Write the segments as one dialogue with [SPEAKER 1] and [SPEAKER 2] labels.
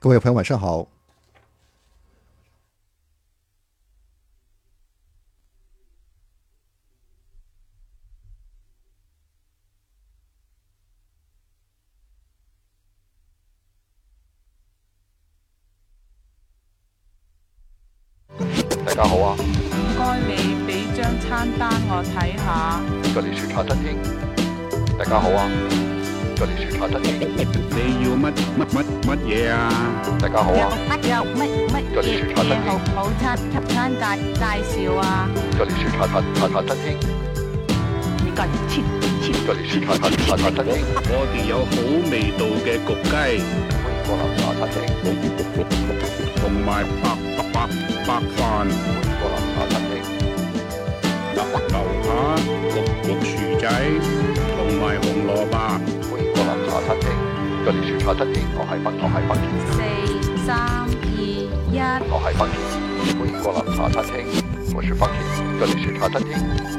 [SPEAKER 1] 各位朋友晚上好。
[SPEAKER 2] 大家好啊，
[SPEAKER 3] 唔該你俾張餐單我睇下。
[SPEAKER 2] 這裡是茶餐廳。大家好啊，這裡是茶餐廳。
[SPEAKER 4] 你要乜嘢啊？
[SPEAKER 2] 大家好啊，
[SPEAKER 3] 有乜
[SPEAKER 2] 這裡是茶餐廳。
[SPEAKER 3] 好餐介紹啊？
[SPEAKER 2] 這裡是茶餐廳。
[SPEAKER 3] 你個切。
[SPEAKER 2] 這裡是茶餐廳。
[SPEAKER 4] 我哋有好味道嘅焗雞，
[SPEAKER 2] 歡迎光臨茶餐廳。
[SPEAKER 4] 同埋白飯，
[SPEAKER 2] 歡迎光臨茶餐廳。
[SPEAKER 4] 牛扒、焗薯仔，同埋紅蘿蔔。
[SPEAKER 2] 歡迎光臨茶餐廳。這裡是茶餐廳，我係分田。
[SPEAKER 3] 4、3、2、1。
[SPEAKER 2] 我係分田。歡迎光臨茶餐廳，我是分田。這裡是茶餐廳。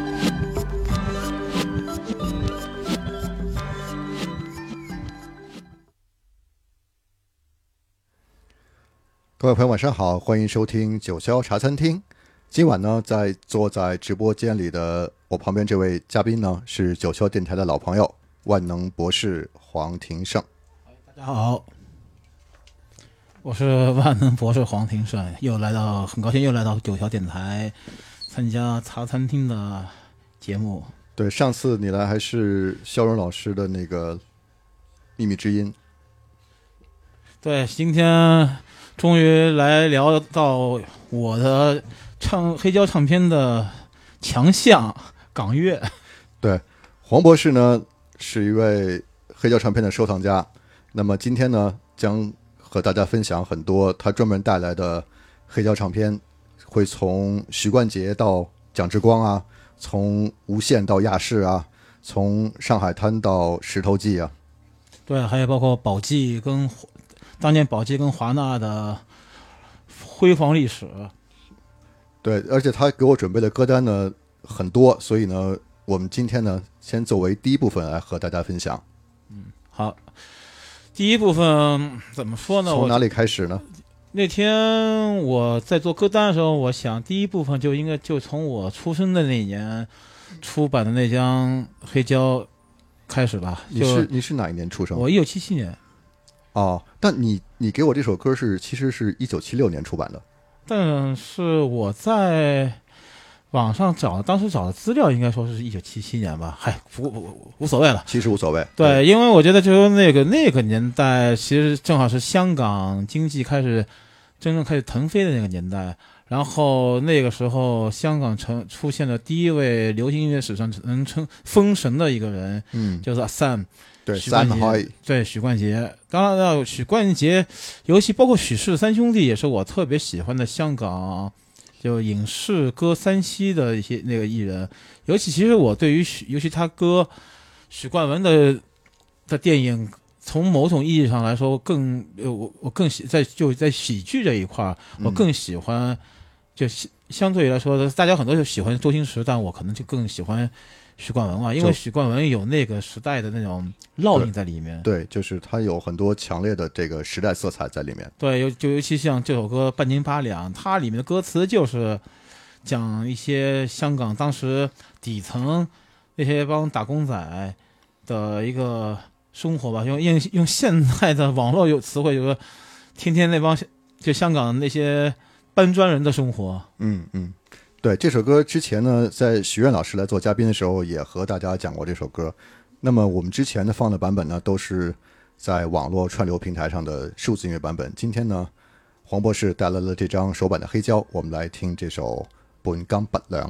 [SPEAKER 1] 各位朋友晚上好，欢迎收听九霄茶餐厅。今晚呢，坐在直播间里的我旁边这位嘉宾呢，是九霄电台的老朋友万能博士黄庭胜。
[SPEAKER 5] 大家好，我是万能博士黄庭胜，很高兴又来到九霄电台参加茶餐厅的节目。
[SPEAKER 1] 对，上次你来还是肖荣老师的那个秘密之音。
[SPEAKER 5] 对，今天终于来聊到我的黑胶唱片的强项港乐。
[SPEAKER 1] 对，黄博士呢是一位黑胶唱片的收藏家，那么今天呢将和大家分享很多他专门带来的黑胶唱片，会从许冠杰到蒋志光啊，从无线到亚视啊，从上海滩到石头记啊。
[SPEAKER 5] 对，还有包括当年宝鸡跟华纳的辉煌历史。
[SPEAKER 1] 对，而且他给我准备的歌单呢很多，所以呢我们今天呢先作为第一部分来和大家分享。
[SPEAKER 5] 好，第一部分怎么说呢？
[SPEAKER 1] 从哪里开始呢？
[SPEAKER 5] 那天我在做歌单的时候，我想第一部分就应该就从我出生的那年出版的那张黑胶开始吧。
[SPEAKER 1] 你是哪一年出生？
[SPEAKER 5] 我1977年。
[SPEAKER 1] 哦，但你给我这首歌其实是1976年出版的。
[SPEAKER 5] 但是我在网上当时找的资料应该说是1977年吧，无所谓了，
[SPEAKER 1] 其实无所谓。
[SPEAKER 5] 对，因为我觉得就是那个年代，其实正好是香港经济真正开始腾飞的那个年代。然后那个时候，香港出现了第一位流行音乐史上能称封神的一个人，就是阿 Sam。
[SPEAKER 1] 对，
[SPEAKER 5] 许冠杰。当然了，许冠杰，尤其包括许氏三兄弟，也是我特别喜欢的香港就影视歌三栖的一些那个艺人。尤其我对于尤其他哥许冠文的电影，从某种意义上来说，我更在喜剧这一块，我更喜欢。就相对来说，大家很多就喜欢周星驰，但我可能就更喜欢许冠文嘛，因为许冠文有那个时代的那种烙印在里面。
[SPEAKER 1] 对，就是他有很多强烈的这个时代色彩在里面。
[SPEAKER 5] 对，尤其像这首歌《半斤八两》，它里面的歌词就是讲一些香港当时底层那些帮打工仔的一个生活吧，用现在的网络有词汇，就是天天那帮就香港那些搬砖人的生活。
[SPEAKER 1] 对，这首歌之前呢，在许愿老师来做嘉宾的时候，也和大家讲过这首歌。那么我们之前的放的版本呢，都是在网络串流平台上的数字音乐版本。今天呢，黄博士带来了这张首版的黑胶，我们来听这首《半斤八兩》。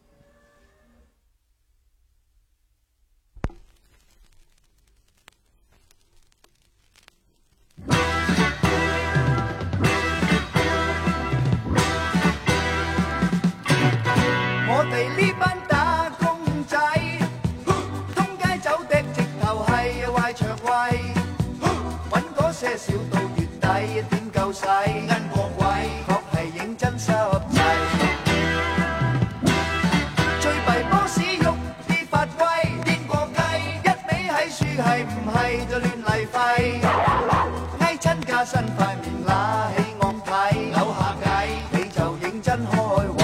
[SPEAKER 6] 小到月底點夠使？因過鬼確係認真濕滯。最弊波士喐啲發威，癲過雞，一味喺樹係唔係就亂嚟廢。翳親加身塊面揦起昂睇，扭下計你就認真開胃。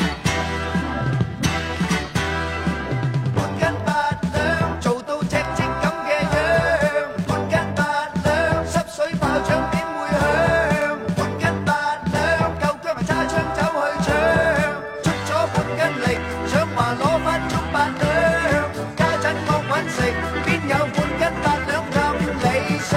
[SPEAKER 6] 半斤八兩做到隻積咁嘅樣，半斤八兩濕水炮仗點會響？半斤八兩夠薑係揸槍走去搶，出咗半斤力想話攞返足八兩，家陣惡揾食邊有半斤八兩咁理想？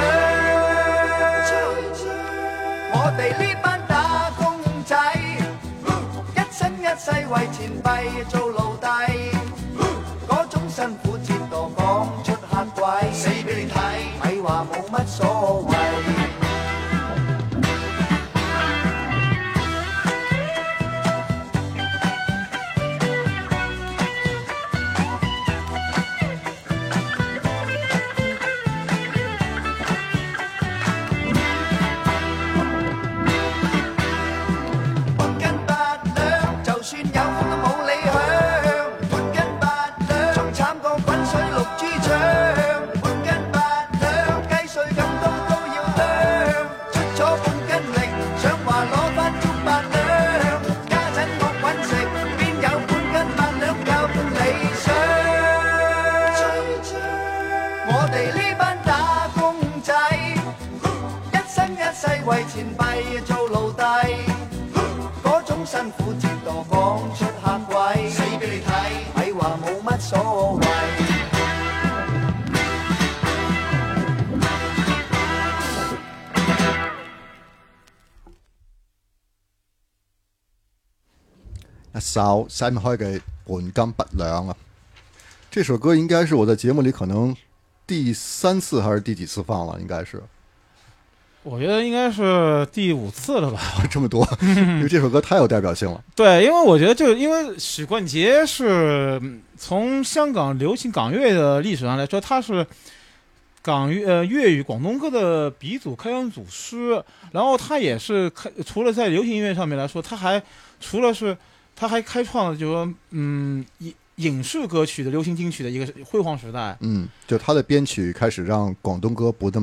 [SPEAKER 6] 我哋呢班打工仔，一生一世為錢幣做奴隸，嗰種辛苦折墮講出嚇鬼，死俾你睇，咪話冇乜所謂。半斤八兩，就算有款都冇理響。半斤八兩，仲慘過滾水淥豬腸。半斤八兩，雞碎咁多都要啄。出咗半斤力，想話攞返足八兩。家陣惡揾食，邊有半斤八兩咁理想？我哋呢班打工仔，一生一世為錢幣做奴隸。嗰種辛苦折墮講出嚇鬼，死俾你睇，咪話冇乜所謂。
[SPEAKER 1] 一首塞米開嘅半斤八兩啊，這首歌應該是我在節目裡可能第3次還是第幾次放了，應該是
[SPEAKER 5] 我覺得應該是第5次了吧。
[SPEAKER 1] 這麼多，因為這首歌太有代表性了。
[SPEAKER 5] 對，因為我覺得就因為許冠傑是從香港流行港樂的歷史上來說，他是港粵語廣東歌的鼻祖、開山祖師。然後他也是除了在流行音樂上面來說，他還開創了就是說影視歌曲的流行金曲的一個輝煌時代。
[SPEAKER 1] 就他的編曲開始讓廣東歌不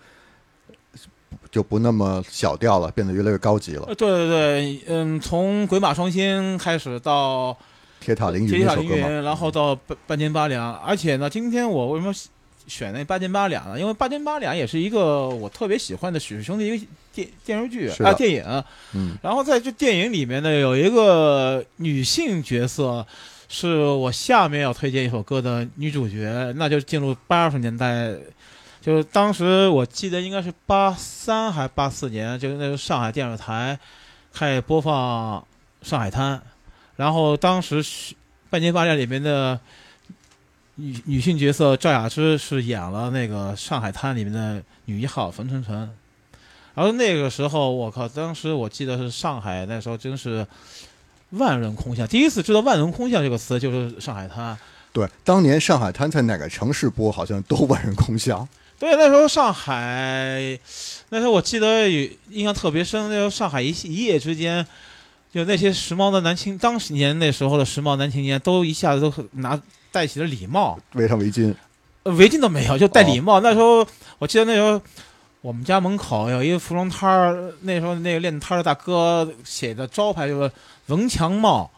[SPEAKER 1] 那麼小調了，變得越來越高級了。
[SPEAKER 5] 對對對，從鬼馬雙星開始到
[SPEAKER 1] 鐵塔凌雲那首歌嘛，
[SPEAKER 5] 然後到半斤八兩。而且呢，今天我為什麼選那半斤八兩呢？因為半斤八兩也是一個我特別喜歡的許兄弟一個電視劇電影。然後在這電影裡面呢，有一個女性角色，是我下面要推薦一首歌的女主角，那就進入80年代。就是當時我記得應該是83還84年，就是那時候上海電視台開始播放《上海灘》，然後當時半斤八兩裡面的女性角色趙雅芝是演了那個《上海灘》裡面的女一號馮程程。然後那個時候我靠，當時我記得是上海那時候真是萬人空巷，第一次知道萬人空巷這個詞就是《上海灘》。
[SPEAKER 1] 對，當年《上海灘》在哪個城市播好像都萬人空巷。
[SPEAKER 5] 對，那時候上海，那時候我記得印象特別深。那時候上海一夜之間，就那些時髦的男青，當年那時候的時髦男青年都一下子都戴起了禮帽，
[SPEAKER 1] 圍上圍巾，
[SPEAKER 5] 圍巾都沒有，就戴禮帽。那時候我記得那時候我們家門口有一個服裝攤兒，那時候那個練攤的大哥寫的招牌就是文強帽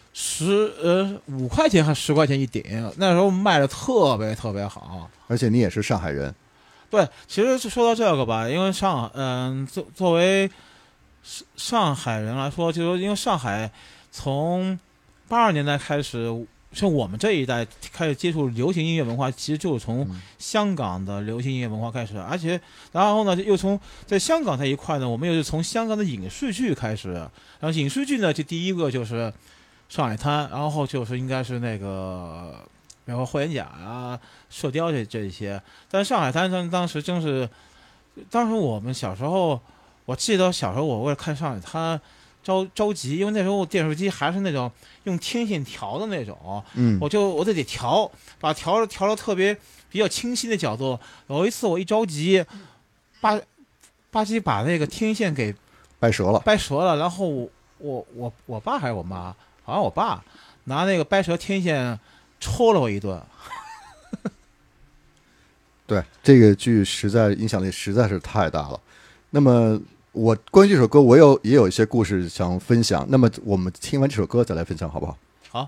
[SPEAKER 5] ，5塊錢還10塊錢一頂，那時候賣的特別特別好。
[SPEAKER 1] 而且你也是上海人。
[SPEAKER 5] 對，其實說到這個吧，因為作為上海人來說，就是因為上海從82年代開始，像我們這一代開始接觸流行音樂文化，其實就是從香港的流行音樂文化開始，而且然後呢，又從在香港這一塊呢，我們又是從香港的影視劇開始，然後影視劇呢，就第一個就是上海灘，然後就是應該是那個。然後霍元甲啊、射雕這些，但是上海灘當時真是，當時我們小時候，我記得小時候我為了看上海灘着急，因為那時候電視機還是那種用天線調的那種，我得調，把調到特別比較清晰的角度。有一次我一着急，吧唧把那個天線給
[SPEAKER 1] 掰折了，
[SPEAKER 5] 然後我爸還是我媽，好像我爸拿那個掰折天線抽了我一頓。
[SPEAKER 1] 對，這個劇實在影響力實在是太大了。 那么我关于这首歌，也有一些故事想分享。那么我们听完这首歌再来分享，好不好？
[SPEAKER 5] 好。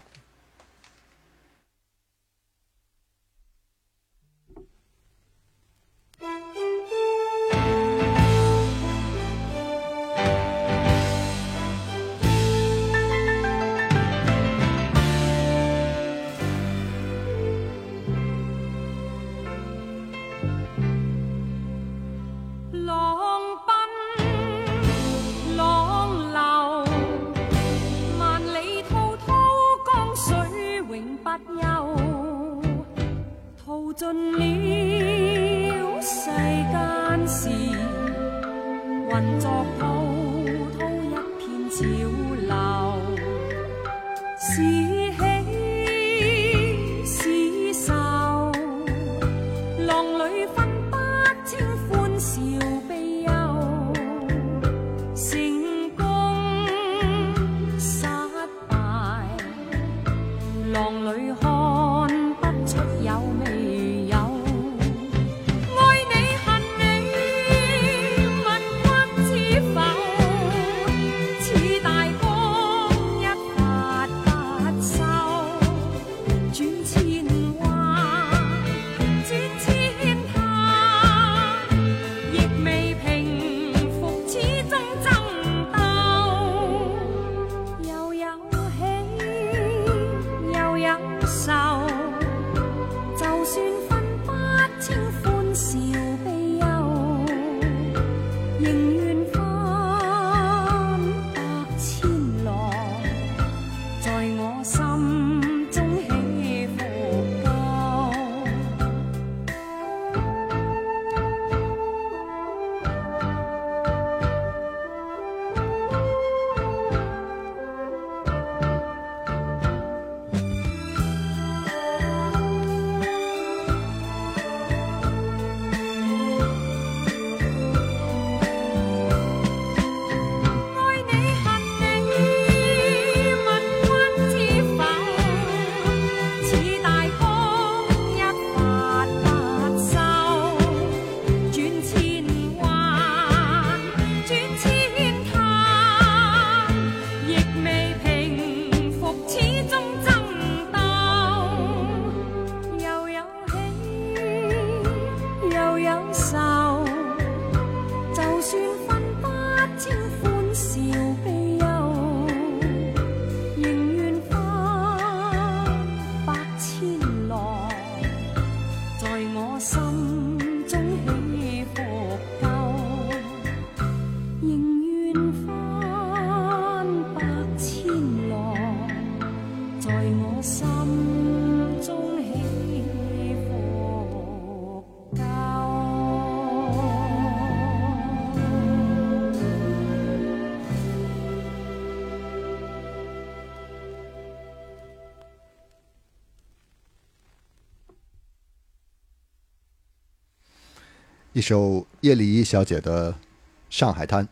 [SPEAKER 7] 盡了世間事，混作滔滔一片潮流，是喜是愁，浪裏分不清歡笑悲憂，成功失敗，浪裏看不出有味。
[SPEAKER 1] 一首叶丽仪小姐的《上海滩》。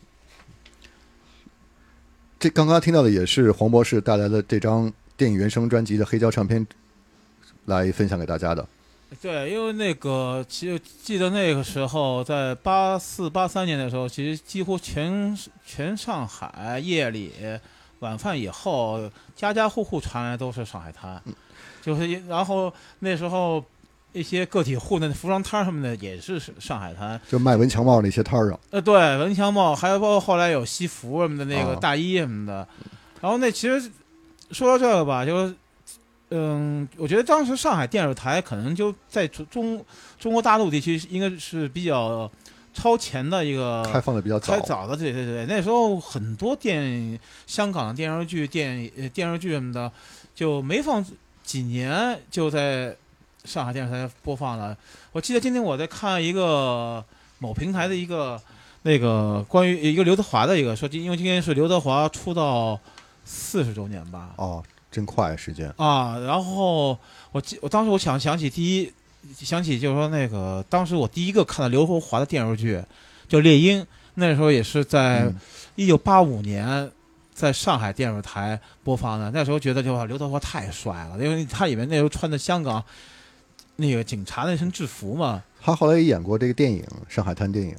[SPEAKER 1] 这刚刚听到的也是黄博士带来的这张电影原声专辑的黑胶唱片，来分享给大家的。
[SPEAKER 5] 对，因为那个其实记得那个时候，在84、83年的时候，其实几乎全上海夜里晚饭以后，家家户户传来都是上海滩，就是然后那时候。一些个体户的服装摊什么的也是上海滩，
[SPEAKER 1] 就卖文强帽那些摊儿啊。
[SPEAKER 5] 对，文强帽，还有包括后来有西服什么的，那个大衣什么的。然后那其实说到这个吧，就是我觉得当时上海电视台可能就在中国大陆地区应该是比较超前的一个，
[SPEAKER 1] 开放的比较早，
[SPEAKER 5] 开早的，对，那时候很多香港的电视剧、电视剧什么的，就没放几年就在上海电视台播放了。我记得今天我在看一个某平台的一个那个关于一个刘德华的一个说，因为今天是刘德华出道40周年吧。
[SPEAKER 1] 哦，真快时间
[SPEAKER 5] 啊！然后我当时我想起就是说那个当时我第一个看到刘德华的电视剧叫《猎鹰》，那时候也是在1985年。在上海电视台播放的，那时候觉得就刘德华太帅了，因为他里面那时候穿的香港那个警察那身制服嘛。
[SPEAKER 1] 他后来也演过这个电影《上海滩》电影。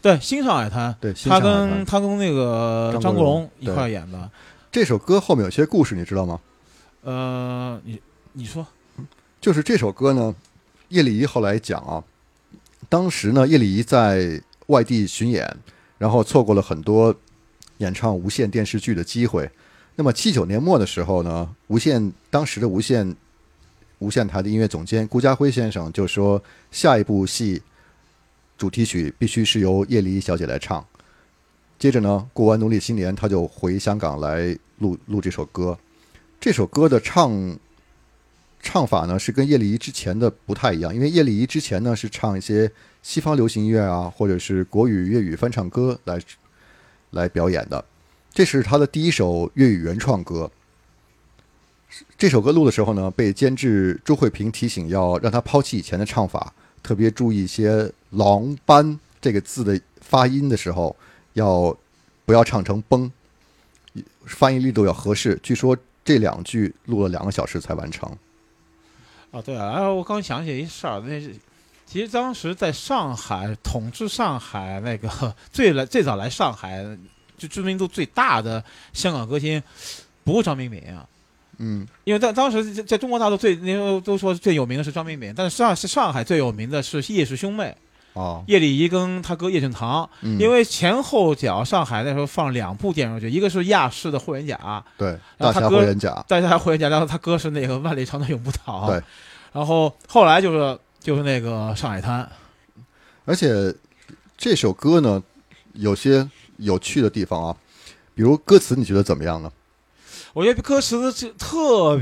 [SPEAKER 5] 对，新上海滩，
[SPEAKER 1] 对，新
[SPEAKER 5] 他
[SPEAKER 1] 上海滩
[SPEAKER 5] 跟他跟那个张国荣一块演的。
[SPEAKER 1] 这首歌后面有些故事，你知道吗？
[SPEAKER 5] 你说，
[SPEAKER 1] 就是这首歌呢，叶丽仪后来讲啊，当时呢，叶丽仪在外地巡演，然后错过了很多演唱无线电视剧的机会。那么79年末的时候呢，当时的无线台的音乐总监顾嘉辉先生就说，下一部戏主题曲必须是由叶丽仪小姐来唱。接着呢，过完农历新年，他就回香港来录这首歌。这首歌的唱法呢，是跟叶丽仪之前的不太一样，因为叶丽仪之前呢是唱一些西方流行音乐啊，或者是国语、粤语翻唱歌来表演的。这是他的第一首粤语原创歌。这首歌录的时候呢，被监制朱慧萍提醒要让他抛弃以前的唱法，特别注意一些狼班这个字的发音的时候，不要唱成崩，发音力度要合适。据说这2句录了2个小时才完成。
[SPEAKER 5] 对啊，我刚想起一事儿，其实当时在上海统治上海那个最早来上海就知名度最大的香港歌星，不是张明敏啊。因为当时在中国大陆那时候都说最有名的是张明敏，但是上海最有名的是叶氏兄妹。叶丽仪跟他哥叶振棠，因为前后脚上海那时候放2部电视剧，一个是亚视的《霍元甲》，
[SPEAKER 1] 对，大侠霍元甲，
[SPEAKER 5] 然后他哥是那个万里长城永不倒，
[SPEAKER 1] 对，
[SPEAKER 5] 然后后来就是那个上海滩。
[SPEAKER 1] 而且这首歌呢，有些有趣的地方啊，比如歌词，你觉得怎么样呢？
[SPEAKER 5] 我觉得歌词特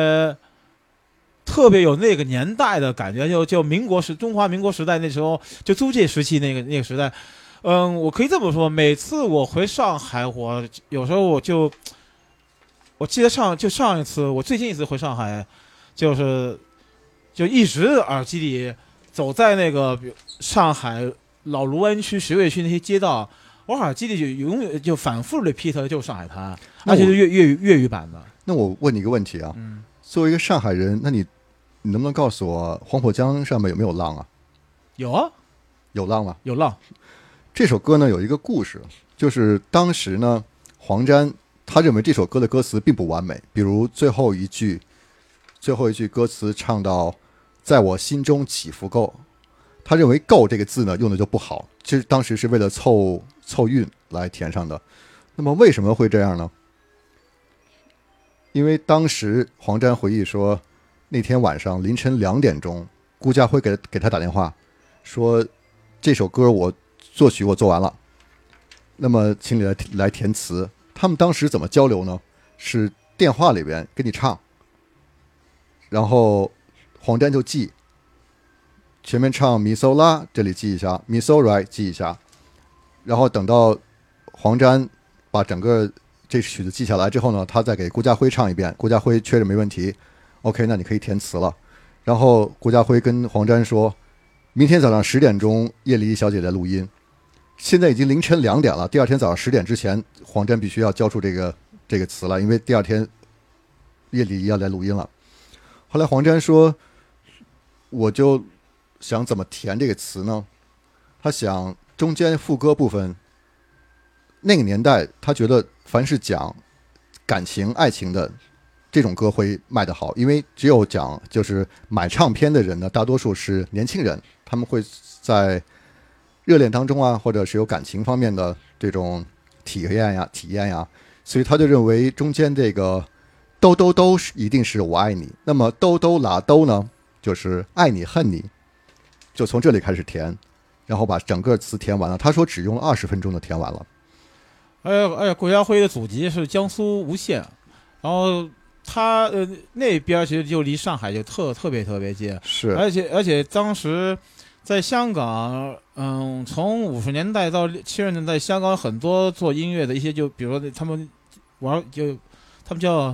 [SPEAKER 5] 别有那个年代的感觉，就中华民国时代那时候，就租界时期那个时代。我可以这么说，每次我回上海，我有时候我记得上一次，我最近一次回上海，就一直耳机里走在那个上海老卢湾区、徐汇区那些街道，我耳机里就永远就反复 repeat 的就是上海滩，而且是粤语版的。
[SPEAKER 1] 那我问你一个问题啊，作为一个上海人，那你能不能告诉我黄浦江上面有没有浪啊？
[SPEAKER 5] 有啊，
[SPEAKER 1] 有浪吗？
[SPEAKER 5] 有浪。
[SPEAKER 1] 这首歌呢有一个故事，就是当时呢黄沾他认为这首歌的歌词并不完美，比如最后一句歌词唱到在我心中起伏够，他认为够这个字呢用的就不好，其实当时是为了凑韵来填上的。那么为什么会这样呢？因为当时黄沾回忆说，那天晚上凌晨2点钟，顾嘉辉给他打电话说，这首歌作曲我做完了，那么请你来填词。他们当时怎么交流呢？是电话里边给你唱，然后黄沾就记，前面唱咪嗦拉，这里记一下，咪嗦来记一下，然后等到黄沾把整个这曲子记下来之后呢，他再给顾嘉辉唱一遍，顾嘉辉确认没问题 OK， 那你可以填词了。然后顾嘉辉跟黄沾说，明天早上10点钟叶丽仪小姐来录音，现在已经凌晨2点了，第二天早上10点之前黄沾必须要交出这个词了，因为第二天叶丽仪要来录音了。后来黄沾说，我就想怎么填这个词呢？他想中间副歌部分，那个年代他觉得凡是讲感情爱情的这种歌会卖得好，因为只有讲就是买唱片的人呢，大多数是年轻人，他们会在热恋当中啊，或者是有感情方面的这种体验呀，所以他就认为中间这个兜兜兜一定是我爱你，那么兜兜拉兜呢，就是爱你恨你，就从这里开始填，然后把整个词填完了。他说只用了20分钟就填完了。
[SPEAKER 5] 顾嘉辉的祖籍是江苏吴县，然后他那边其实就离上海就特别近，
[SPEAKER 1] 是，
[SPEAKER 5] 而且当时在香港，从50年代到70年代，香港很多做音乐的一些，就比如说他们叫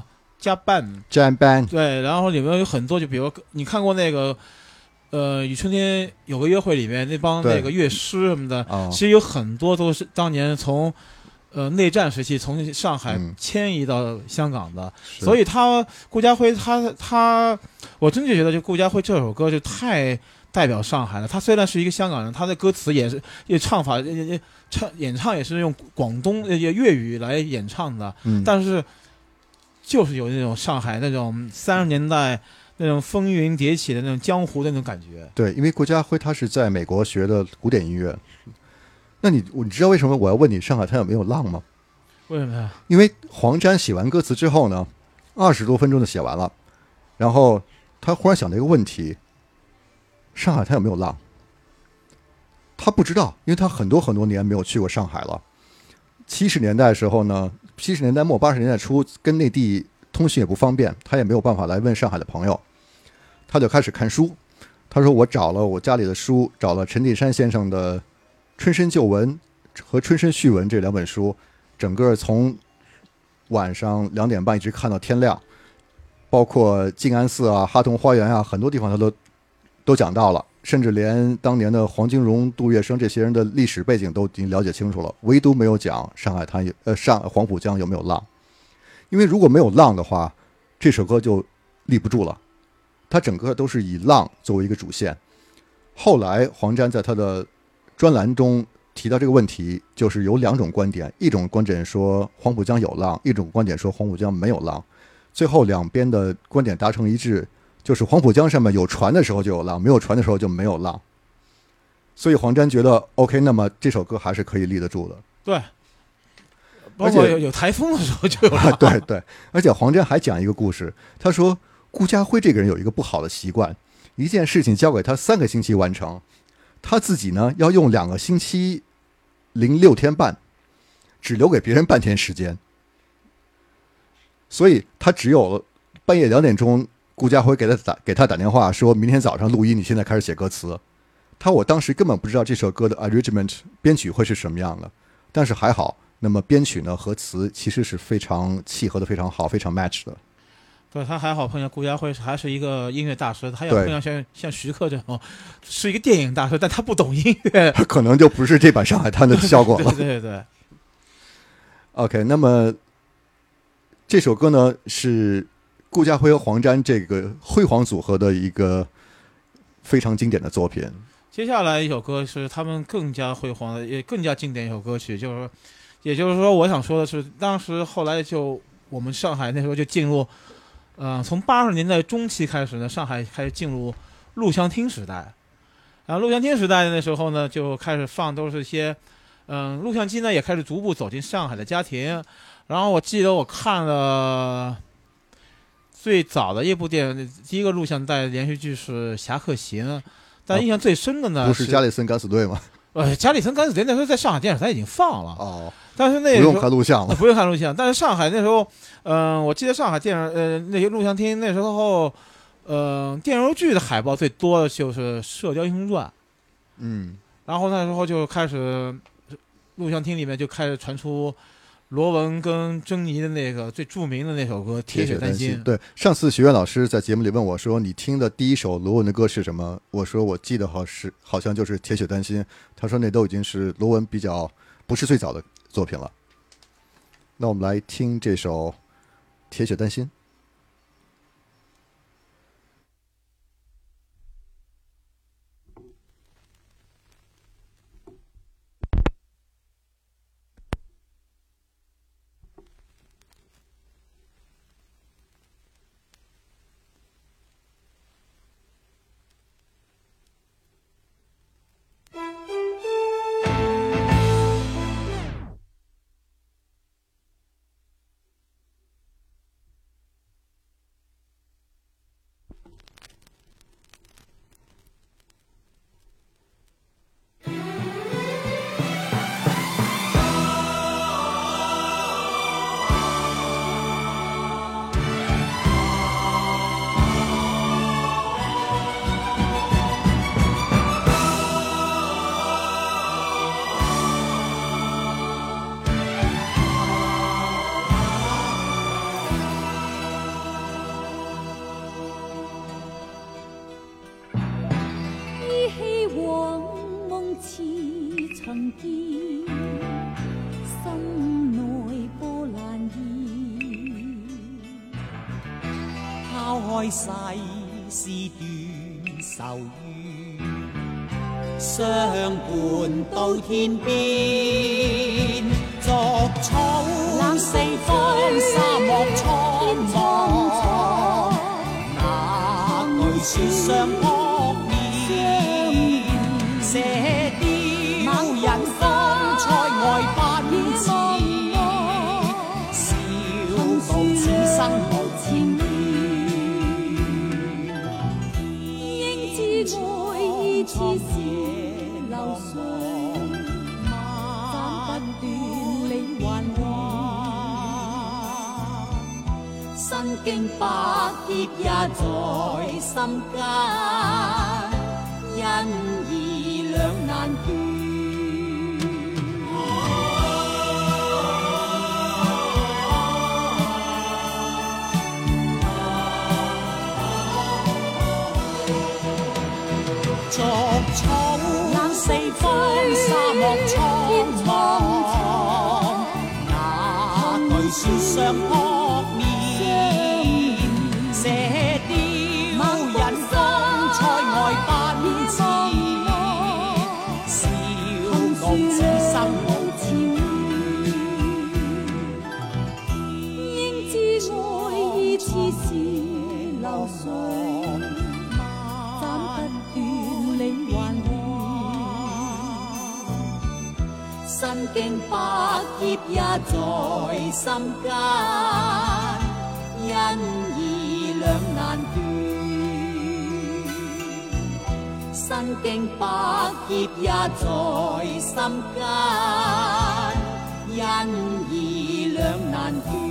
[SPEAKER 5] jam band， 对，然后里面有很多，就比如你看过那个与春天有个约会里面那帮那个乐师什么的，其实有很多都是当年从内战时期从上海迁移到香港的，所以顾嘉辉他我真就觉得就顾嘉辉这首歌就太代表上海的。他虽然是一个香港人，他的歌词也唱法演唱也是用广东粤语来演唱的，但是就是有那种上海那种30年代那种风云迭起的那种江湖的那种感觉。
[SPEAKER 1] 对，因为顾嘉辉他是在美国学的古典音乐。那你知道为什么我要问你上海滩有没有浪吗？
[SPEAKER 5] 为什么呀？
[SPEAKER 1] 因为黄沾写完歌词之后呢，20多分钟就写完了，然后他忽然想到一个问题：上海滩有没有浪？他不知道，因为他很多年没有去过上海了。70年代的时候呢，70年代末80年代初，跟内地通讯也不方便，他也没有办法来问上海的朋友，他就开始看书。他说我找了我家里的书，找了陈地山先生的《春申旧闻》和《春申序文》这2本书，整个从晚上2点半一直看到天亮，包括静安寺啊、哈同花园啊，很多地方他都讲到了，甚至连当年的黄金荣、杜月笙这些人的历史背景都已经了解清楚了，唯独没有讲上海滩黄浦江有没有浪。因为如果没有浪的话，这首歌就立不住了，它整个都是以浪作为一个主线。后来黄沾在他的专栏中提到这个问题，就是有2种观点，一种观点说黄浦江有浪，一种观点说黄浦江没有浪。最后两边的观点达成一致，就是黄浦江上面有船的时候就有浪，没有船的时候就没有浪。所以黄沾觉得 OK， 那么这首歌还是可以立得住的。
[SPEAKER 5] 对，包括有台风的时候就有浪。
[SPEAKER 1] 对对，而且黄沾还讲一个故事，他说顾嘉辉这个人有一个不好的习惯，一件事情交给他3个星期完成，他自己呢要用2个星期零6天半，只留给别人半天时间。所以他只有半夜2点钟，顾嘉辉给他打电话，说明天早上录音，你现在开始写歌词。我当时根本不知道这首歌的 arrangement 编曲会是什么样的，但是还好，那么编曲呢和词其实是非常契合的，非常好，非常 match 的。
[SPEAKER 5] 对，他还好碰见顾嘉辉，还是一个音乐大师。他要碰见像徐克这种是一个电影大师，但他不懂音乐，
[SPEAKER 1] 可能就不是这版上海滩的效果了。
[SPEAKER 5] 对对对。
[SPEAKER 1] OK， 那么这首歌呢是顾嘉辉和黄沾这个辉煌组合的一个非常经典的作品。
[SPEAKER 5] 接下来一首歌是他们更加辉煌的，也更加经典一首歌曲，也就是说，我想说的是，当时后来就我们上海那时候就进入，从80年代中期开始呢，上海开始进入录像厅时代。然后录像厅时代那时候呢，就开始放都是一些，录像机呢也开始逐步走进上海的家庭。然后我记得我看了最早的一部第一个录像带连续剧是《侠客行》。但印象最深的呢，
[SPEAKER 1] 不是加里森敢死队吗？
[SPEAKER 5] 加里森敢死队那时候在上海电视台已经放了
[SPEAKER 1] 哦，
[SPEAKER 5] 但是那时候
[SPEAKER 1] 不用看录像了，
[SPEAKER 5] 不用看录像。但是上海那时候，我记得上海那些录像厅那时候，电视剧的海报最多的就是《射雕英雄传》，然后那时候就开始录像厅里面就开始传出罗文跟珍妮的那个最著名的那首歌《铁血丹心》。
[SPEAKER 1] 对，上次学院老师在节目里问我说：“你听的第一首罗文的歌是什么？”我说：“我记得好像就是《铁血丹心》。”他说：“那都已经是罗文不是最早的作品了。”那我们来听这首《铁血丹心》。
[SPEAKER 8] 世事斷愁怨， 相伴到天边，逐草四方，沙漠蒼茫，那句說相撲面，射雕引風塞外奔馳，笑傲此生無前緣。
[SPEAKER 7] 應知愛意似是流水，斬不斷理還亂，身經百劫也在心間，因義兩難斷。
[SPEAKER 8] 逐草四方，沙漠蒼茫，那句說相撲面，射雕引風塞外奔馳，笑傲此生無前緣。
[SPEAKER 7] 應知愛意似是流水，斬不斷理還亂，身經百劫也在心間，因義兩難斷。身經百劫也在心間，因義兩難斷。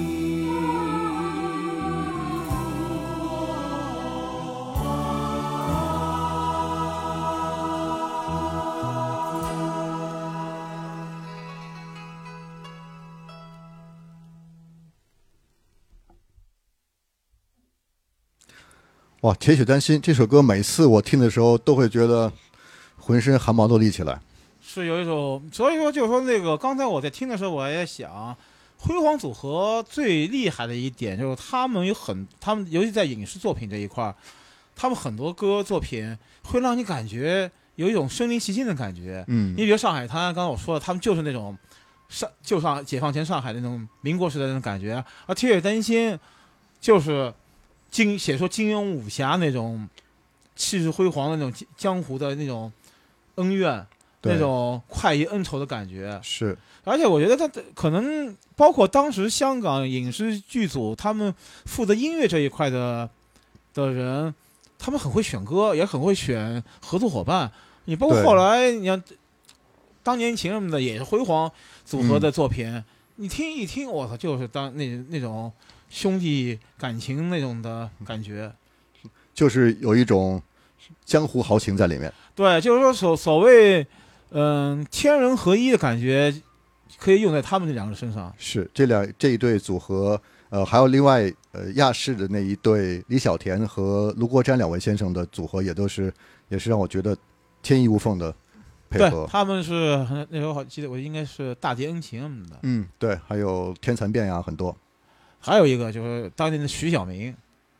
[SPEAKER 1] 哇，铁血丹心这首歌每次我听的时候都会觉得浑身汗毛都立起来。
[SPEAKER 5] 是有一首，所以说就是说那个刚才我在听的时候，我也想，辉煌组合最厉害的一点就是他们尤其在影视作品这一块，他们很多歌作品会让你感觉有一种身临其境的感觉。你比如上海滩，刚刚我说了，他们就是那种解放前上海那种民国时代的那种感觉，而铁血丹心就是写出金庸武侠那种气势辉煌的那种江湖的那种恩怨，那种快意恩仇的感觉。
[SPEAKER 1] 是，
[SPEAKER 5] 而且我觉得他可能包括当时香港影视剧组他们负责音乐这一块的人，他们很会选歌，也很会选合作伙伴。你包括后来你像当年情什么的，也是辉煌组合的作品，你听一听，我操，就是那种兄弟感情那种的感觉，
[SPEAKER 1] 就是有一种江湖豪情在里面。对，
[SPEAKER 5] 就是说所谓天人合一的感觉，可以用在他们这两个身上。
[SPEAKER 1] 是这一对组合，还有另外亚视的那一对李小田和卢国詹两位先生的组合，也是让我觉得天衣无缝的配合。
[SPEAKER 5] 对，他们是那时候好记得我应该是大劫恩情什么的。
[SPEAKER 1] 对，还有天蚕变呀，很多。
[SPEAKER 5] 还有一个就是当年的徐小明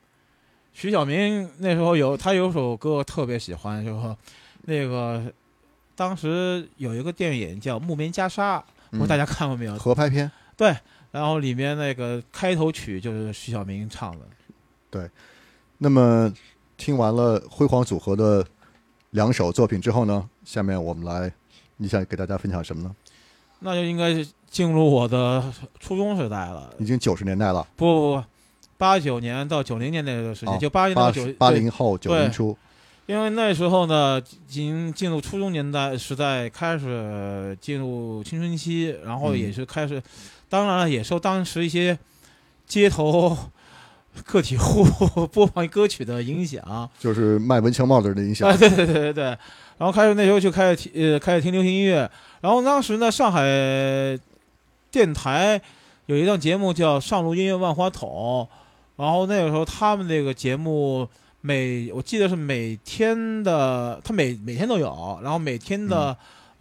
[SPEAKER 5] 那时候他有首歌特别喜欢，就是说那个当时有一个电影叫《木棉袈裟》，不知道大家看过没有？
[SPEAKER 1] 合拍片。
[SPEAKER 5] 对，然后里面那个开头曲就是徐小明唱的。
[SPEAKER 1] 对，那么听完了辉煌组合的两首作品之后呢，下面我们你想给大家分享什么呢？
[SPEAKER 5] 那就应该是进入我的初中时代了，
[SPEAKER 1] 已经90年代了。
[SPEAKER 5] 不，89年到90年代的时间，就80年到
[SPEAKER 1] 80后90初。
[SPEAKER 5] 因为那时候呢，已经进入初中年代时代，开始进入青春期，然后也是开始，当然了，也受当时一些街头个体户播放歌曲的影响，
[SPEAKER 1] 就是卖文枪帽的人的影响。
[SPEAKER 5] 对，然后那时候就开始听流行音乐，然后当时呢，上海电台有一档节目叫《上路音乐万花筒》，然后那个时候他们那个节目我记得是每天的，他每天都有，然后每天的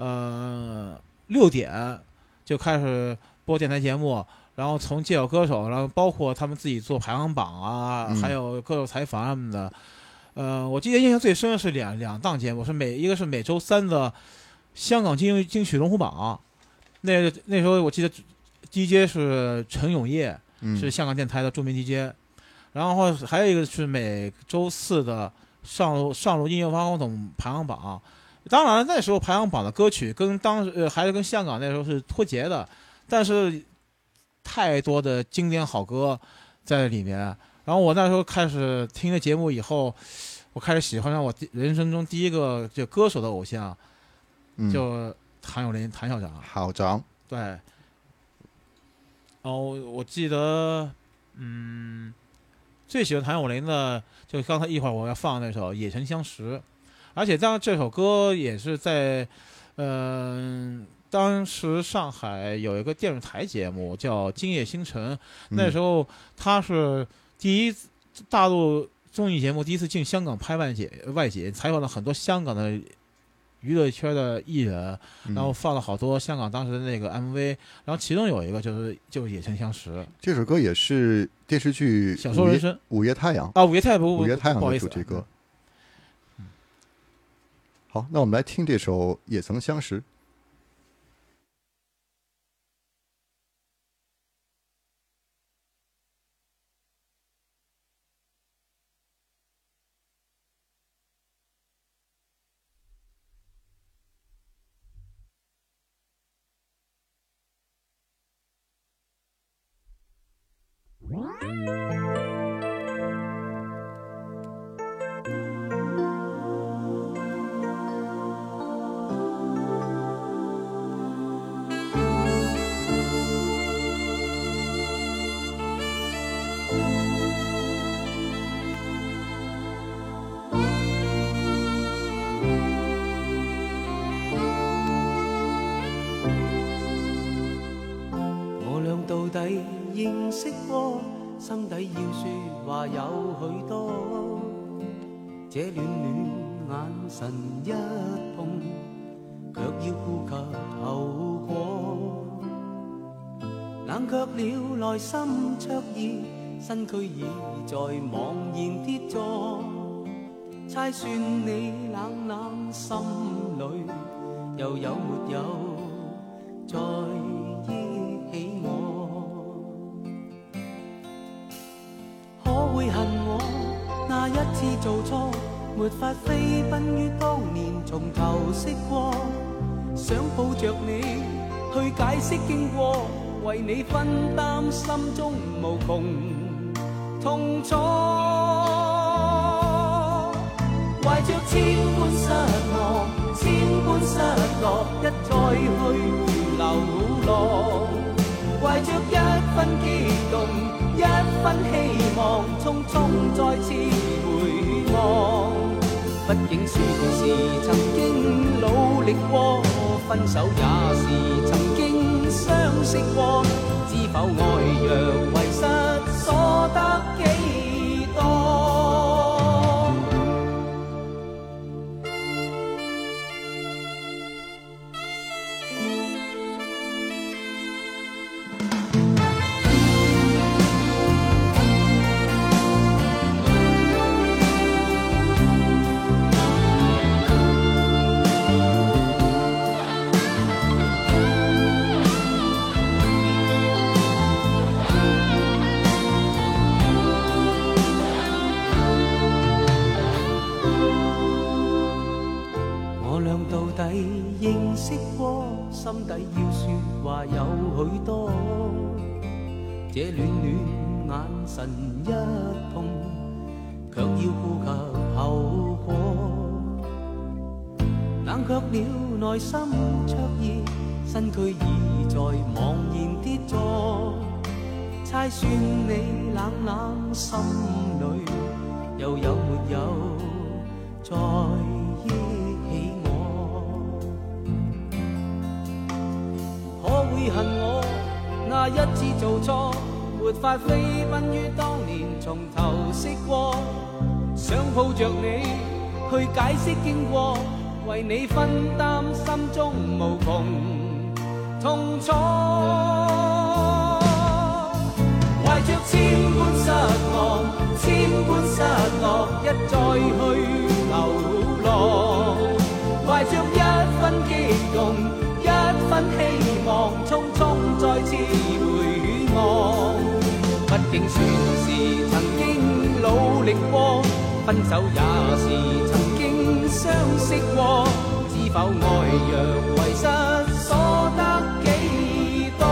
[SPEAKER 5] 6点就开始播电台节目，然后从介绍歌手，然后包括他们自己做排行榜啊，还有歌手采访什么的。 我记得印象最深的是两档节目，一个是每周3的香港金曲龙虎榜，那时候我记得 DJ 是陈永业，是香港电台的著名 DJ，然后还有一个是每周4的上路音乐发光总排行榜。当然那时候排行榜的歌曲跟还是跟香港那时候是脱节的，但是太多的经典好歌在里面。然后我那时候开始听了节目以后，我开始喜欢上我人生中第一个就歌手的偶像，就谭咏麟谭校长。
[SPEAKER 1] 校长，
[SPEAKER 5] 对。然后我记得，最喜欢谭咏麟的，就刚才一会儿我要放那首《也曾相识》，而且这首歌也是在，当时上海有一个电视台节目叫《今夜星辰》，那时候他是大陆综艺节目第一次进香港拍外景，采访了很多香港的娱乐圈的艺人，然后放了好多香港当时的那个 MV， 然后其中有一个就是《也曾相识》。这
[SPEAKER 1] 首歌也是电视剧《
[SPEAKER 5] 享受人生》
[SPEAKER 1] 午夜太阳
[SPEAKER 5] 啊，午夜太阳
[SPEAKER 1] 的主题歌。好，那我们来听这首《也曾相识》。
[SPEAKER 9] 到底認識過，心底要說話有許多。這暖暖眼神一碰，卻要顧及後果。冷卻了內心灼熱，身軀已在茫然跌坐。猜算你冷冷心裏，又有沒有再憶起我？會恨我那一次做錯，沒法飛奔於當年從頭識過，想抱着你去解釋經過，為你分擔心中無窮痛楚，懷着千般失望，千般失落，一再去流浪，懷着一分激動，一分希望，匆匆再次回望。畢竟算是曾經努力過，分手也是曾經相識過，知否愛若遺失，所得幾多？認識過，心底要說話有許多。這暖暖眼神一碰，卻要顧及後果。冷卻了內心灼熱，身軀已在茫然跌坐。猜算你冷冷心裏，又有沒有再憶起我？會恨我那一次做錯，沒法飛奔於當年從頭識過，想抱着你去解釋經過，為你分擔心中無窮痛楚，懷着千般失望，千般失落，一再去分激動，一分希望，匆匆再次回望。畢竟算是曾經努力過，分手也是曾經相識過，知否愛若遺失，所得幾多？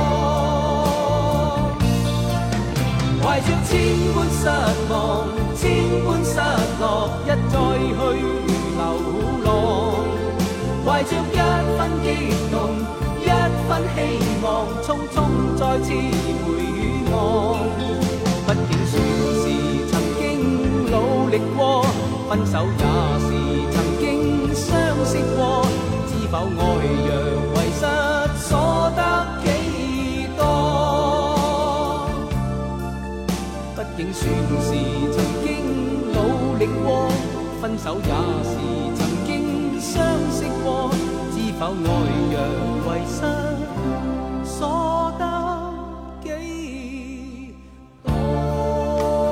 [SPEAKER 9] 懷着千般失望，千般失落，一再去如流浪。懷着一分激動，一分希望，匆匆再次回望。畢竟算是曾經努力過，分手也是曾經相識過，知否愛若遺失，所得幾多？畢竟算是曾經努力過，分手也是曾經相識過，知否愛若遺失，所得幾多？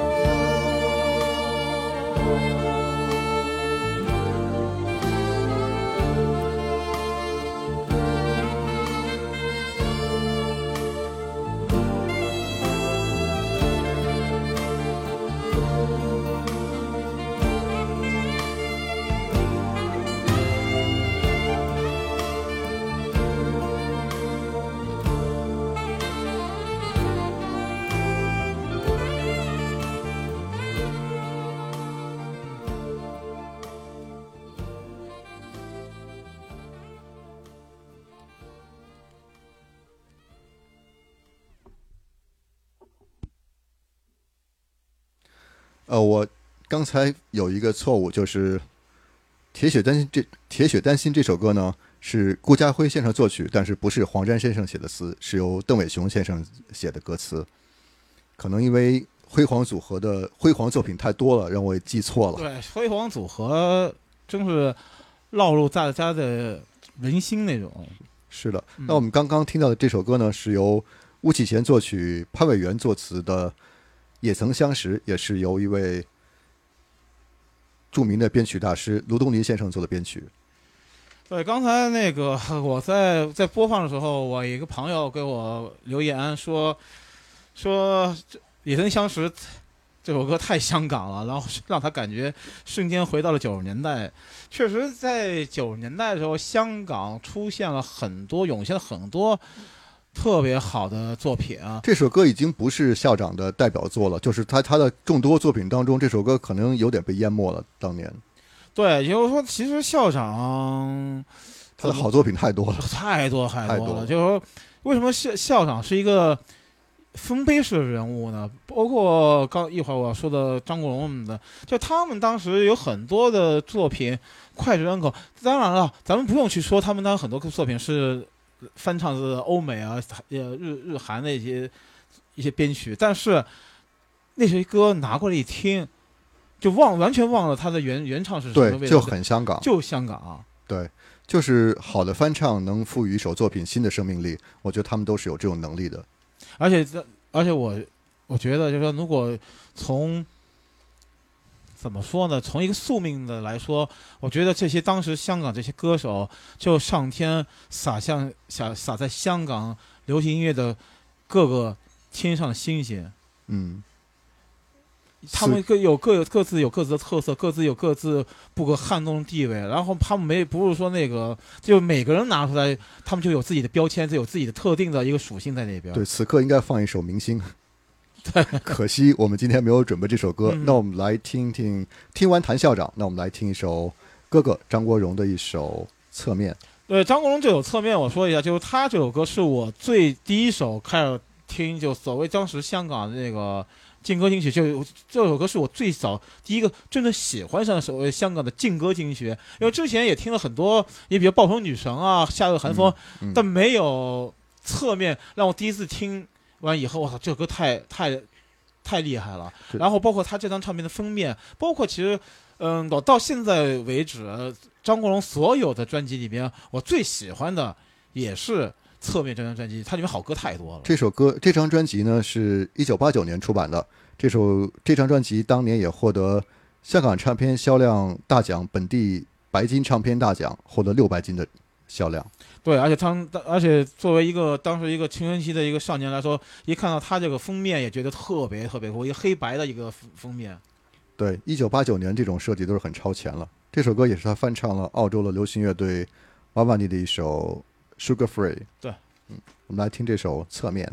[SPEAKER 1] 我刚才有一个错误，就是《铁血丹心》这首歌呢是顾嘉辉先生作曲，但是不是黄沾先生写的词，是由邓伟雄先生写的歌词。可能因为辉煌组合的辉煌作品太多了，让我记错了。
[SPEAKER 5] 对，辉煌组合真是烙入大家的人心那种。
[SPEAKER 1] 是的，那我们刚刚听到的这首歌呢，是由巫启贤作曲、潘伟元作词的《也曾相识》，也是由一位著名的编曲大师卢东尼先生做的编曲。
[SPEAKER 5] 对，刚才那个我在播放的时候，我一个朋友给我留言说也曾相识这首歌太香港了，然后让他感觉瞬间回到了90年代。确实在90年代的时候，香港出现了很多，涌现了很多特别好的作品啊。
[SPEAKER 1] 这首歌已经不是校长的代表作了，就是他的众多作品当中，这首歌可能有点被淹没了。当年，
[SPEAKER 5] 对，也就是说，其实校长
[SPEAKER 1] 他的好作品太多了，
[SPEAKER 5] 太多了。就是说，为什么校长是一个丰碑式的人物呢？包括一会儿我要说的张国荣的，就他们当时有很多的作品脍炙人口。当然了，咱们不用去说他们当时很多作品是翻唱自欧美啊、日韩的一些编曲，但是那些歌拿过来一听，就完全忘了它的原唱是什么味道。
[SPEAKER 1] 对，就很香港，
[SPEAKER 5] 就香港啊。
[SPEAKER 1] 对，就是好的翻唱能赋予一首作品新的生命力，我觉得他们都是有这种能力的。
[SPEAKER 5] 而且我觉得就是说，如果从怎么说呢？从一个宿命的来说，我觉得这些当时香港这些歌手，就上天洒在香港流行音乐的各个天上的星星。他们各自有各自的特色，各自有各自不可撼动的地位。然后他们不是说那个，就每个人拿出来，他们就有自己的标签，就有自己的特定的一个属性在那边。
[SPEAKER 1] 对，此刻应该放一首明星。对，可惜我们今天没有准备这首歌。那我们来听完谭校长，那我们来听一首哥哥张国荣的一首《侧面》。
[SPEAKER 5] 对，张国荣这首《侧面》，我说一下，就是他这首歌是我第一首开始听，就所谓当时香港的那个劲歌金曲，就这首歌是我最早第一个真的喜欢上所谓香港的劲歌金曲。因为之前也听了很多，也比如暴风女神啊、夏日寒风，但没有侧面让我第一次听完以后，我操，这首歌太厉害了。然后包括他这张唱片的封面，包括其实我到现在为止，张国荣所有的专辑里边，我最喜欢的也是侧面这张专辑，它里面好歌太多了。
[SPEAKER 1] 这张专辑呢是1989年出版的，这张专辑当年也获得香港唱片销量大奖本地白金唱片大奖，获得600斤的销量。
[SPEAKER 5] 对，而且作为当时一个青春期的一个少年来说，一看到他这个封面也觉得特别特别酷，一个黑白的一个封面。
[SPEAKER 1] 对，1989年这种设计都是很超前了。这首歌也是他翻唱了澳洲的流行乐队 Wavani 的一首 Sugar Free。
[SPEAKER 5] 对，
[SPEAKER 1] 我们来听这首侧面。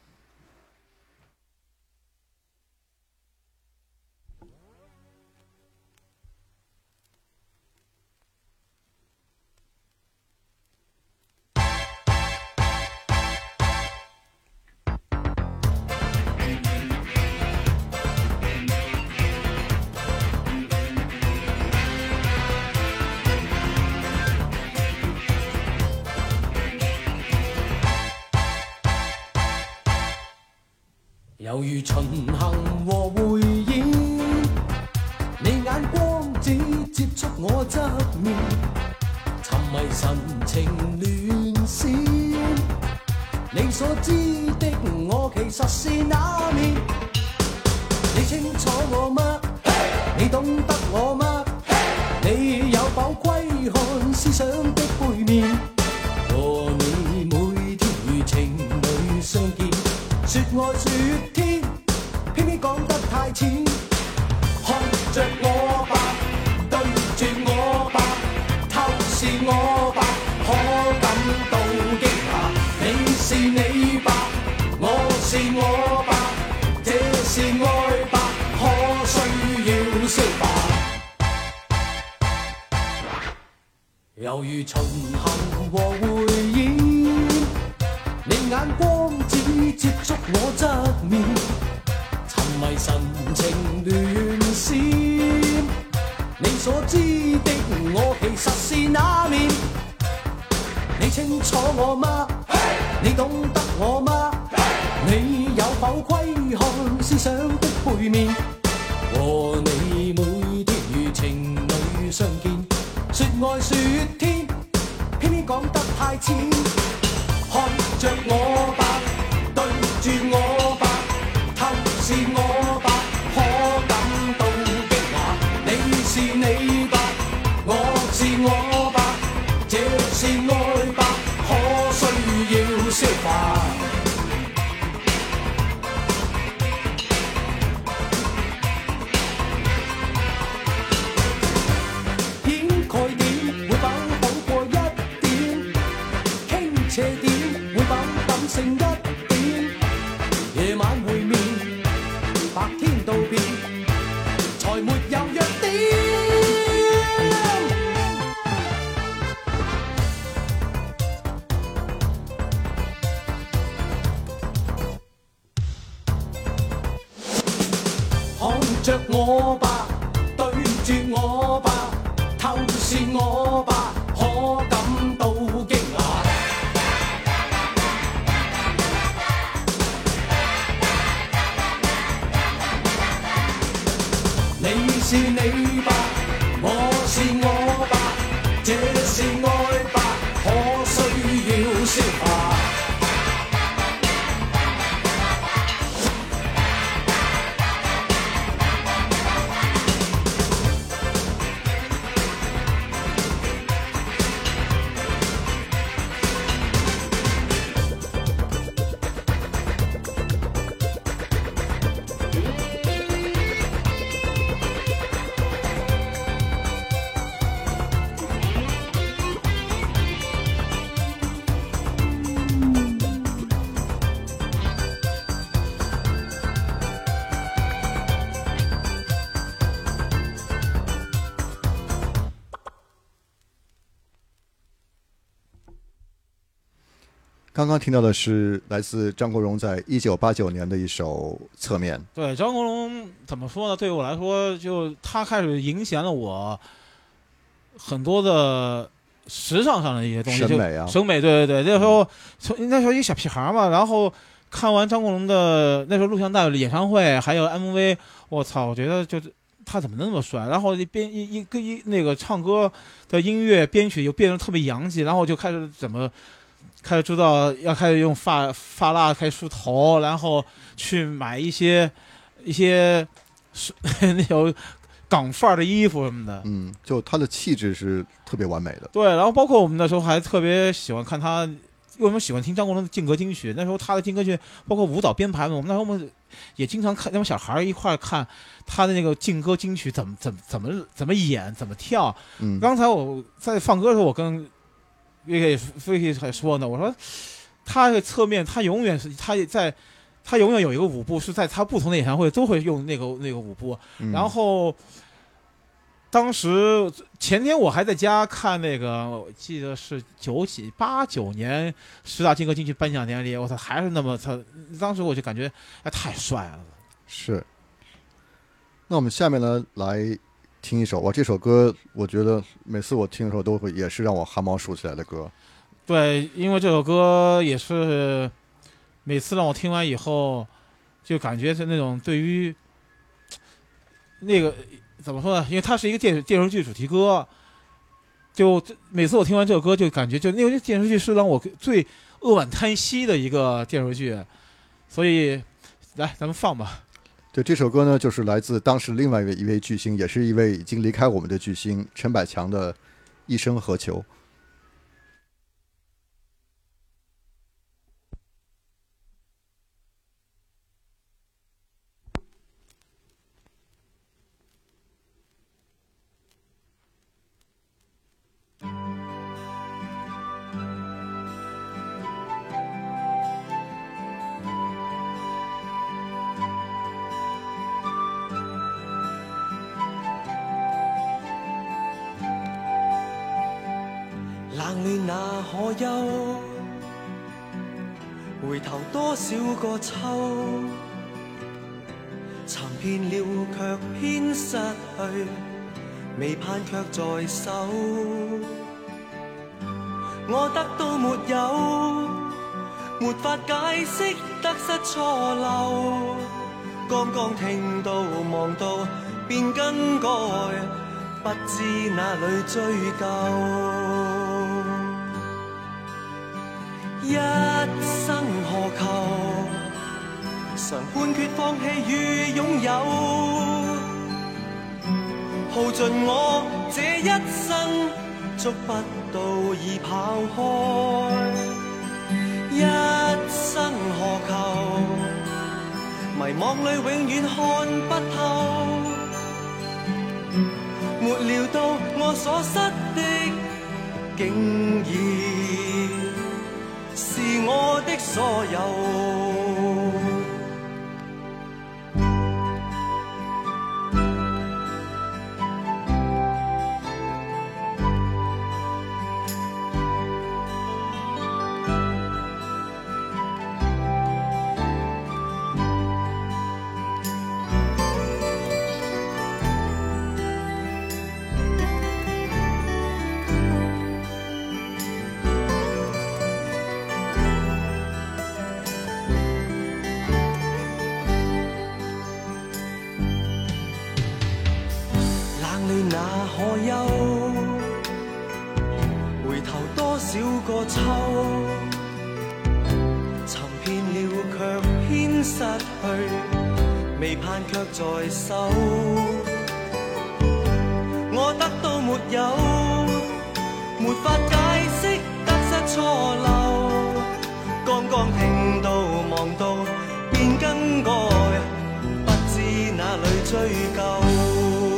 [SPEAKER 8] 猶如巡行和匯演，你眼光只接觸我側面，沉迷神情亂閃。你所知的我其實是那面，你清楚我嗎？你懂得我嗎？你有否窺看思想的背面？和你每天如情侶相見。說愛說天，偏偏講得太淺。看着我吧，對住我吧，透視我吧，可感到驚訝。你是你吧，我是我吧，這是愛吧，可需要消化。猶如巡行和匯演，你眼光只接觸我側面，沉迷神情亂閃。你所知的我其實是那面，你清楚我嗎？你懂得我嗎？你有否窺看思想的背面？和你每天如情侶相見，說愛說天，偏偏講得太淺。看着我吧，對住我吧，透視我吧，可感到驚訝。你是你吧，我是我吧，這是愛吧，可需要消化。掩蓋點會否好過一點？傾斜點會否感性一點？夜晚會面，白天道別，才沒有弱點。看着我吧，對住我吧，透視我吧，可感到驚訝。你是你吧，我是我吧，這是愛吧，可需要消化。
[SPEAKER 1] 刚刚听到的是来自张国荣在1989年的一首侧面。
[SPEAKER 5] 对，张国荣怎么说呢？对我来说，就他开始影响了我很多的时尚上的一些东西，
[SPEAKER 1] 审美啊，
[SPEAKER 5] 审美，对对对。那时候一个小屁孩嘛，然后看完张国荣的那时候录像带的演唱会，还有 MV， 我操，我觉得就是他怎么那么帅？然后那个唱歌的音乐编曲又变得特别洋气，然后就开始知道要开始用发蜡开始梳头，然后去买一些那种港范儿的衣服什么的。
[SPEAKER 1] 就他的气质是特别完美的。
[SPEAKER 5] 对，然后包括我们那时候还特别喜欢看他，为什么喜欢听张国荣的劲歌金曲？那时候他的劲歌金曲包括舞蹈编排嘛，我们也经常看，那帮小孩一块看他的那个劲歌金曲怎么演怎么跳。刚才我在放歌的时候，我跟Vicky还说呢，我说他的侧面，他永远有一个舞步是在他不同的演唱会都会用那个舞步。然后当时前天我还在家看那个，我记得是89年10大劲歌金曲颁奖典礼，我操，还是那么当时我就感觉太帅了。
[SPEAKER 1] 是。那我们下面呢来听一首，这首歌我觉得每次我听的时候都会也是让我汗毛竖起来的歌。
[SPEAKER 5] 对，因为这首歌也是每次让我听完以后，就感觉是那种对于那个怎么说呢？因为它是一个电视剧主题歌，就每次我听完这首歌，就感觉就那个电视剧是让我最扼腕叹息的一个电视剧，所以来咱们放吧。
[SPEAKER 1] 对，这首歌呢，就是来自当时另外一位巨星，也是一位已经离开我们的巨星陈百强的《一生何求》。
[SPEAKER 6] 冷暖那可休？回頭多少個秋？尋遍了卻偏失去，未盼卻在手。我得到沒有？沒法解釋得失錯漏。剛剛聽到望到便更改，不知哪裏追究。一生何求？常判決放棄與擁有，耗盡我這一生，捉不到已跑開。一生何求？迷惘裏永遠看不透，沒料到我所失的，竟然是我的所有。少個秋，尋遍了卻偏失去，未盼卻在手。我得到沒有？沒法解釋得失錯漏。剛剛聽到望到便更改，不知哪裏追究。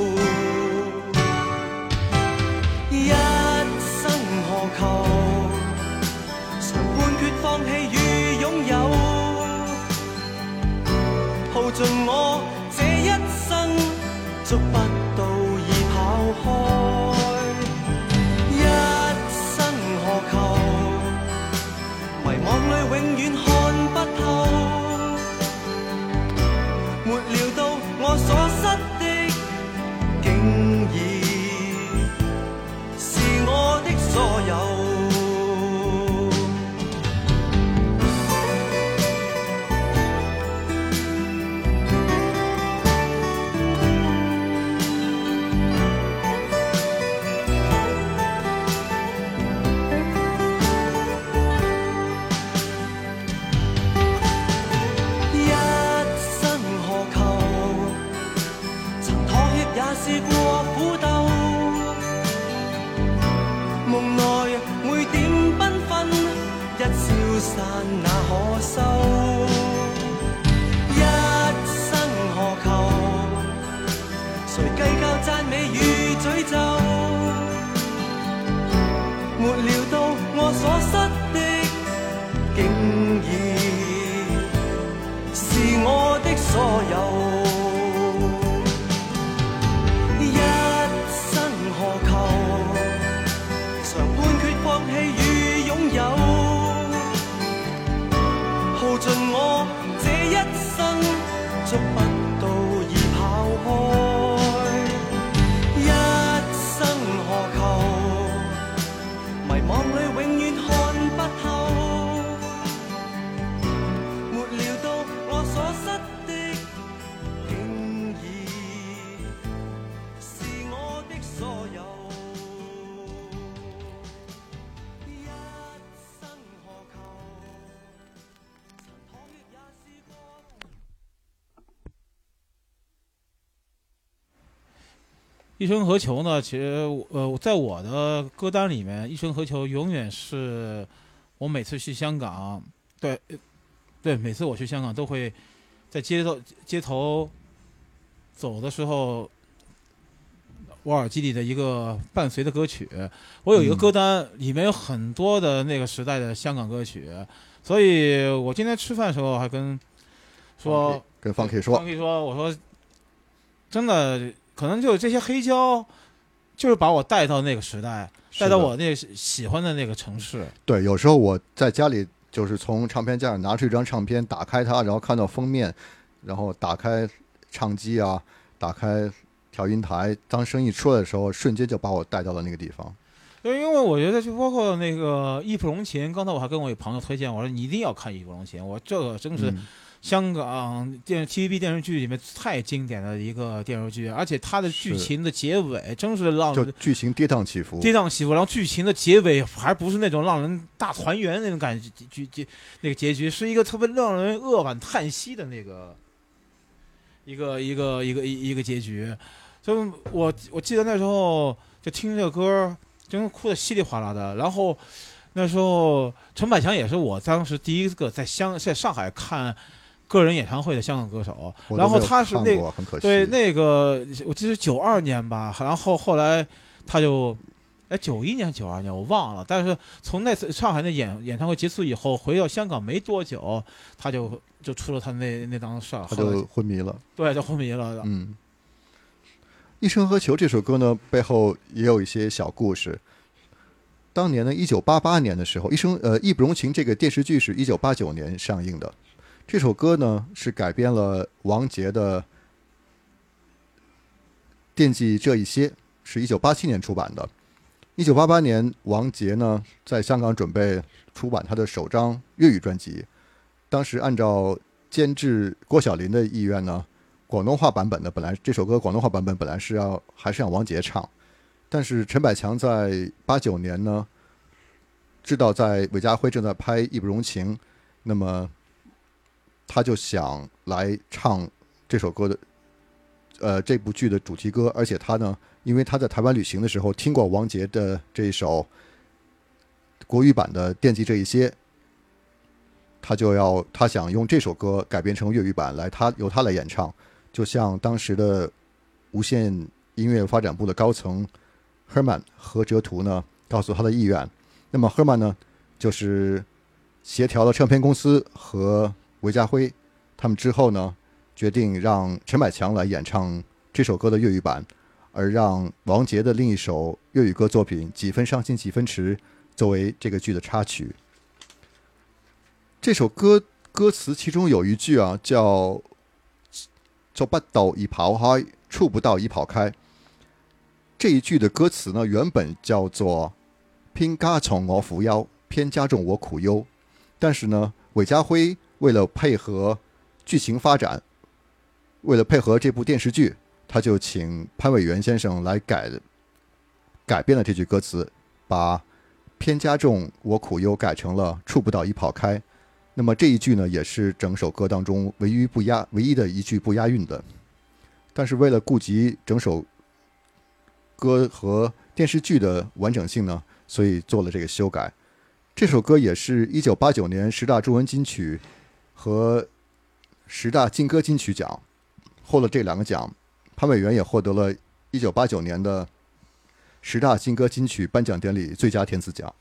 [SPEAKER 6] 一生何求？放棄與擁有，耗盡我這一生，捉不到已跑開。一生何求？迷惘裏永遠看不透，沒料到我所失的，竟然是我的所有。 我所失的，竟已是我的所有。一生何求，常判決放棄與擁有，耗盡我這一生，捉不到已跑開。一生何求，迷惘裏永遠看不透，沒料到我所失的，竟已是我的所有。一生何求，曾躺亦也是過。
[SPEAKER 5] 一生何求呢？其实在我的歌单里面，一生何求永远是我每次去香港，对，每次我去香港都会在街头走的时候，我耳机里的一个伴随的歌曲。我有一个歌单，里面有很多的那个时代的香港歌曲，所以我今天吃饭的时候还跟
[SPEAKER 1] 方 K 说，
[SPEAKER 5] 我说真的。可能就这些黑胶，就是把我带到那个时代，带到我那喜欢的那个城市。
[SPEAKER 1] 对，有时候我在家里就是从唱片架上拿出一张唱片，打开它，然后看到封面，然后打开唱机啊，打开调音台，当声音出来的时候，瞬间就把我带到了那个地方。
[SPEAKER 5] 对，因为我觉得就包括那个《义不容情》，刚才我还跟我一朋友推荐，我说你一定要看《义不容情》，我这个真是。香港TVB 电视剧里面太经典的一个电视剧，而且它的剧情的结尾真是让
[SPEAKER 1] 就剧情跌宕起伏，
[SPEAKER 5] 然后剧情的结尾还不是那种让人大团圆那种感觉，那个结局是一个特别让人扼腕叹息的那个一个结局。所以我记得那时候就听这个歌，真哭得稀里哗啦的。然后那时候陈百强也是我当时第一个在上海看个人演唱会的香港歌手，然后他是那个我记得是92年吧，然后后来他就91年我忘了，但是从那次上海的演唱会结束以后，回到香港没多久，他就出了他那档事儿，
[SPEAKER 1] 他就昏迷了。对，
[SPEAKER 5] 就昏迷了。
[SPEAKER 1] 一生何求这首歌呢，背后也有一些小故事。当年呢，1988年的时候，义不容情这个电视剧是1989年上映的。这首歌呢是改编了王杰的《惦记这一些》，是1987年出版的。1988年，王杰呢在香港准备出版他的首张粤语专辑。当时按照监制郭晓林的意愿呢，广东话版本的这首歌广东话版本本来还是让王杰唱，但是陈百强在89年呢，知道在韦家辉正在拍《义不容情》，那么他就想来唱这首歌的这部剧的主题歌，而且他呢，因为他在台湾旅行的时候听过王杰的这一首国语版的《惦记这一些》，他想用这首歌改编成粤语版由他来演唱，就像当时的无线音乐发展部的高层 Herman 何哲图呢告诉他的意愿。那么 Herman 呢就是协调了唱片公司和韦家辉，他们之后呢决定让陈百强来演唱这首歌的粤语版，而让王杰的另一首粤语歌作品《几分伤心几分痴》作为这个剧的插曲。这首歌词其中有一句啊，叫捉不到已跑開，觸不到已跑開。这一句的歌词呢，原本叫做偏加重我苦憂，偏加重我苦憂。但是呢，韦家辉为了配合剧情发展，为了配合这部电视剧，他就请潘伟源先生来改编了这句歌词，把偏加重我苦忧改成了触不到已跑开。那么这一句呢，也是整首歌当中唯一的一句不押韵的。但是为了顾及整首歌和电视剧的完整性呢，所以做了这个修改。这首歌也是1989年10大中文金曲和10大劲歌金曲奖获了这两个奖。潘伟源也获得了1989年的10大劲歌金曲颁奖典礼最佳填词奖。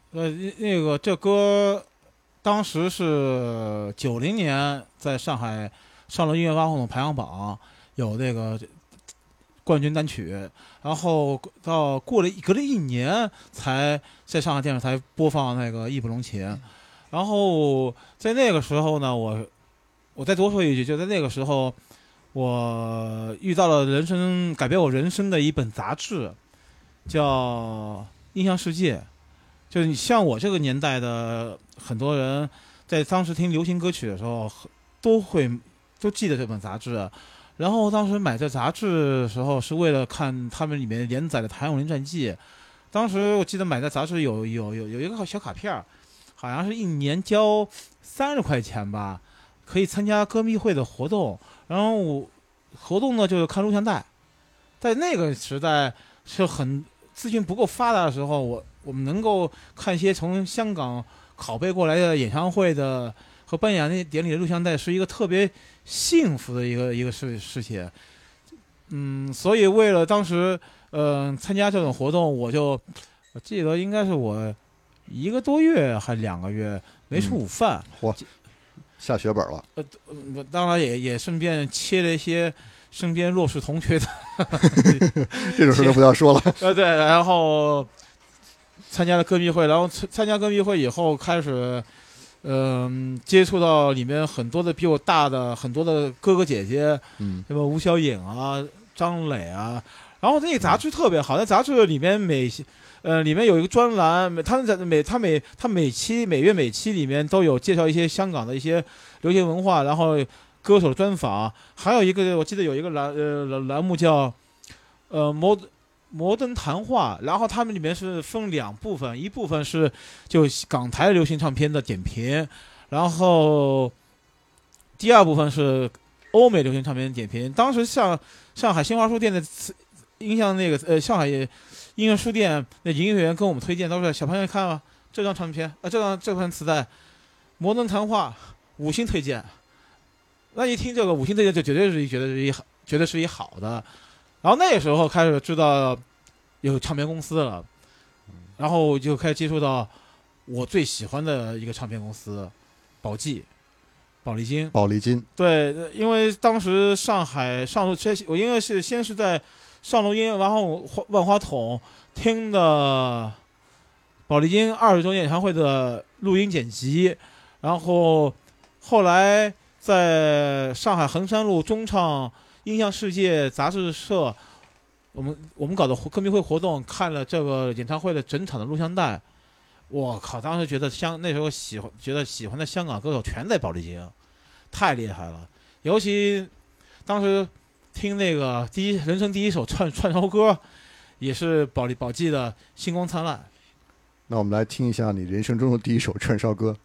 [SPEAKER 5] 那个这歌当时是90年在上海上了音乐挖红排行榜有那个冠军单曲，然后到隔了1年才在上海电视台播放那个《义不容情》，然后在那个时候呢，我再多说一句，就在那个时候，我遇到了改变我人生的一本杂志，叫《印象世界》。就是你像我这个年代的很多人，在当时听流行歌曲的时候，都记得这本杂志。然后当时买这杂志的时候，是为了看他们里面连载的谭咏麟传记。当时我记得买这杂志有一个小卡片，好像是1年交30块钱吧，可以参加歌迷会的活动。然后活动呢就是看录像带。在那个时代是很资讯不够发达的时候，我们能够看一些从香港拷贝过来的演唱会的和颁奖典礼的录像带，是一个特别幸福的一个事情。所以为了当时参加这种活动，我记得应该是我1个多月还2个月没吃午饭，
[SPEAKER 1] 下血本了。
[SPEAKER 5] 当然也顺便切了一些身边弱势同学的
[SPEAKER 1] 这种事就不要说了。
[SPEAKER 5] 对，然后参加了歌迷会，然后参加歌迷会以后开始接触到里面很多的比我大的很多的哥哥姐姐，什么吴小颖啊、张磊啊。然后那个杂志特别好，在杂志里面里面有一个专栏，他每月每期里面都有介绍一些香港的一些流行文化，然后歌手的专访，还有一个我记得有一个栏目叫摩登谈话，然后他们里面是分2部分，一部分是就港台流行唱片的点评，然后第2部分是欧美流行唱片的点评。当时像上海新华书店的印象那个上海音乐书店那营业员跟我们推荐都是小朋友看吧，这张唱片这盘磁带摩登谈话5星推荐。那一听这个5星推荐就绝对是一好的。然后那个时候开始知道有唱片公司了，然后就开始接触到我最喜欢的一个唱片公司宝丽金。对，因为当时上海我因为是先是在上楼音乐然后万花筒听的宝丽金20周年演唱会的录音剪辑，然后后来在上海衡山路中唱音像世界杂志社，我们搞的歌迷会活动，看了这个演唱会的整场的录像带，我靠！当时觉得那时候觉得喜欢的香港歌手全在宝丽金，太厉害了。尤其当时听那个人生第一首串烧歌，也是宝记的《星光灿烂》。
[SPEAKER 1] 那我们来听一下你人生中的第一首串烧歌。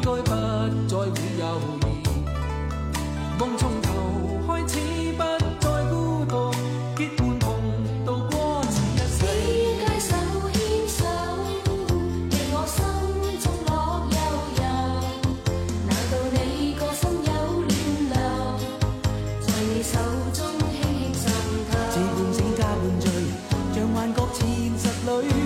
[SPEAKER 8] 該不再會猶豫，夢從頭開始，不再孤獨，結伴同渡過這一世。
[SPEAKER 7] 街手牽手，令我心中樂悠悠。難道你個心有暖流，在你手中輕輕滲透？
[SPEAKER 9] 這半醒加半醉，像幻覺似現實裏。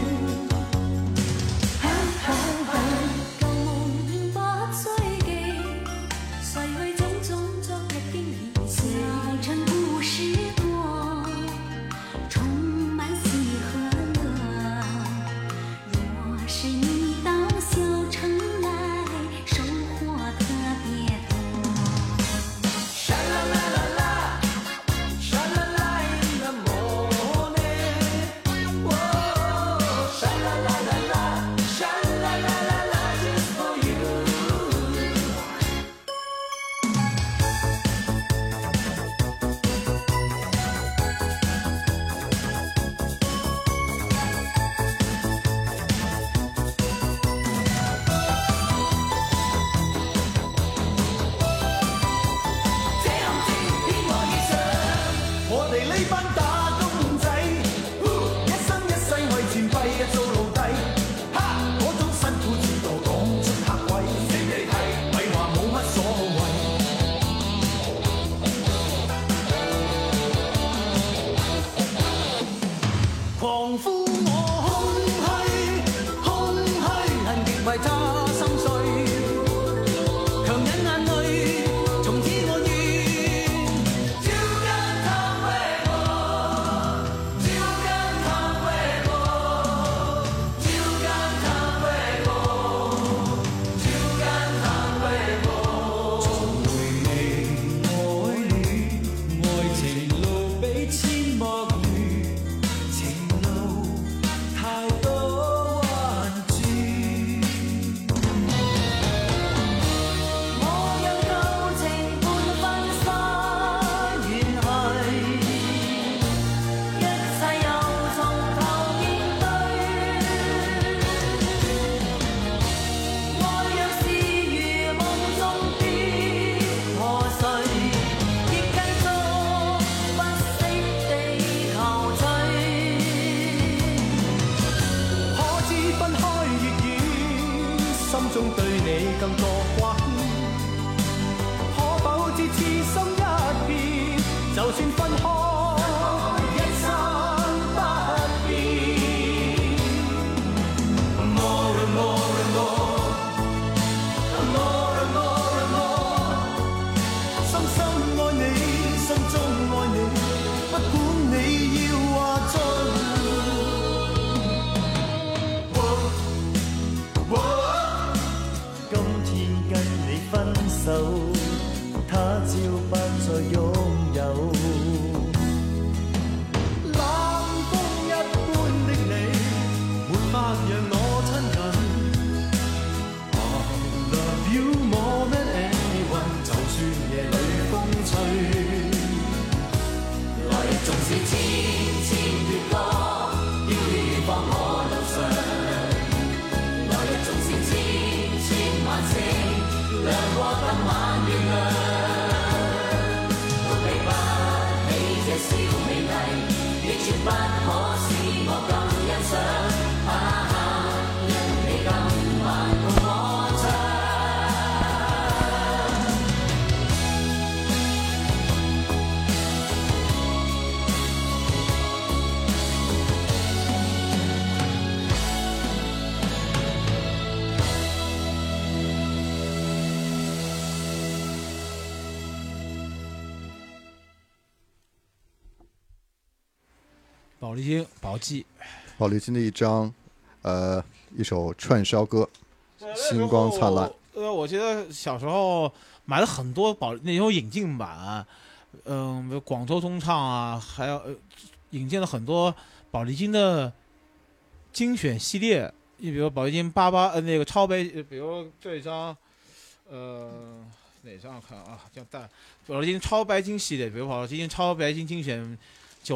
[SPEAKER 5] 宝丽金宝记，
[SPEAKER 1] 宝丽金的一首串烧歌，星光灿烂。
[SPEAKER 5] 我记得小时候买了很多那种引进版，广州中唱啊，还有引进了很多宝丽金的精选系列。你比如宝丽金88那个超白，比如这一张，哪张看啊？叫宝丽金超白金系列，比如宝丽金超白金精选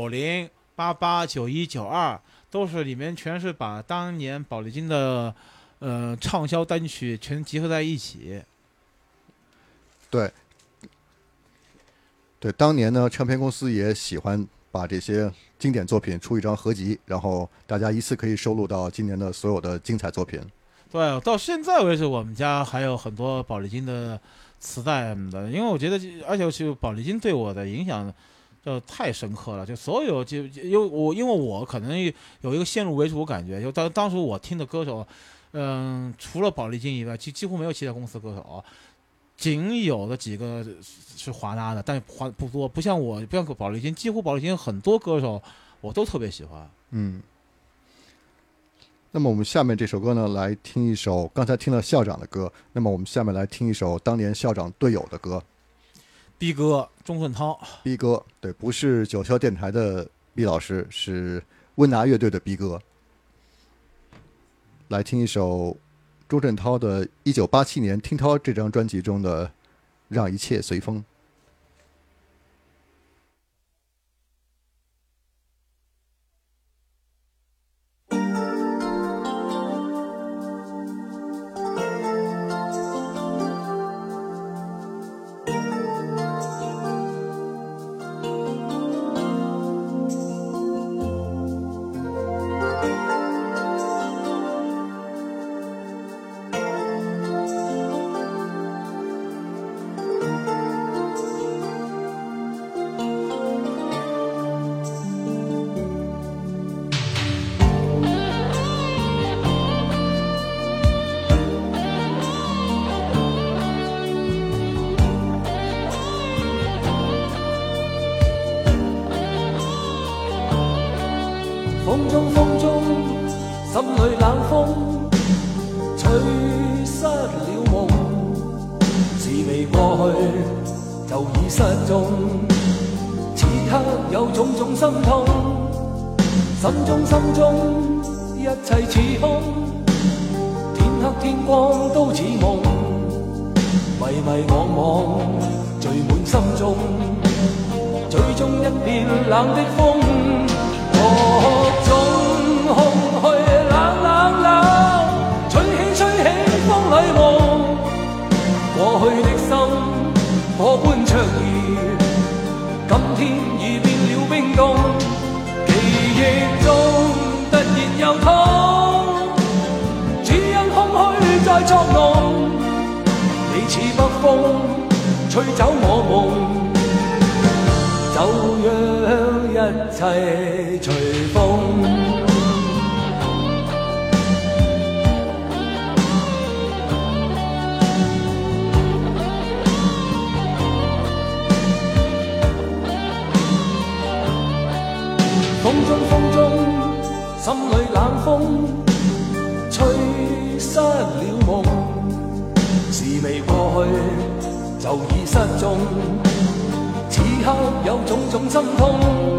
[SPEAKER 5] 90、88、91、92，都是里面全是把当年宝丽金的畅销单曲全集合在一起。
[SPEAKER 1] 对，当年呢，唱片公司也喜欢把这些经典作品出一张合集，然后大家一次可以收录到今年的所有的精彩作品。
[SPEAKER 5] 对，到现在为止，我们家还有很多宝丽金的磁带什么的，因为我觉得，而且就宝丽金对我的影响就太深刻了，就所有就因为我可能有一个先入为主的感觉，就当时我听的歌手，除了宝丽金以外，几乎没有其他公司歌手，仅有的几个是华纳的，但不多，不像宝丽金，几乎宝丽金很多歌手我都特别喜欢。
[SPEAKER 1] 那么我们下面这首歌呢，来听一首刚才听了校长的歌，那么我们下面来听一首当年校长队友的歌。
[SPEAKER 5] 逼哥钟顺涛，
[SPEAKER 1] 逼哥，对，不是九霄电台的毕老师，是温拿乐队的逼哥。来听一首钟镇涛的1987年《听涛》这张专辑中的《让一切随风》。
[SPEAKER 8] 風中，心裏冷風，吹失了夢，事未過去就已失蹤，此刻有種種心痛，心中一切似空，天黑天光都似夢，迷惘聚滿心中，最終一片冷的風。各種空虛冷，吹起風裏夢，過去的心火般灼熱，今天已變了冰凍，記憶中突然又痛，只因空虛在作弄，你似北風吹走我夢，就讓一切隨風。風中，心裏冷風，吹失了夢，事未過去就已失蹤。此刻有種種心痛，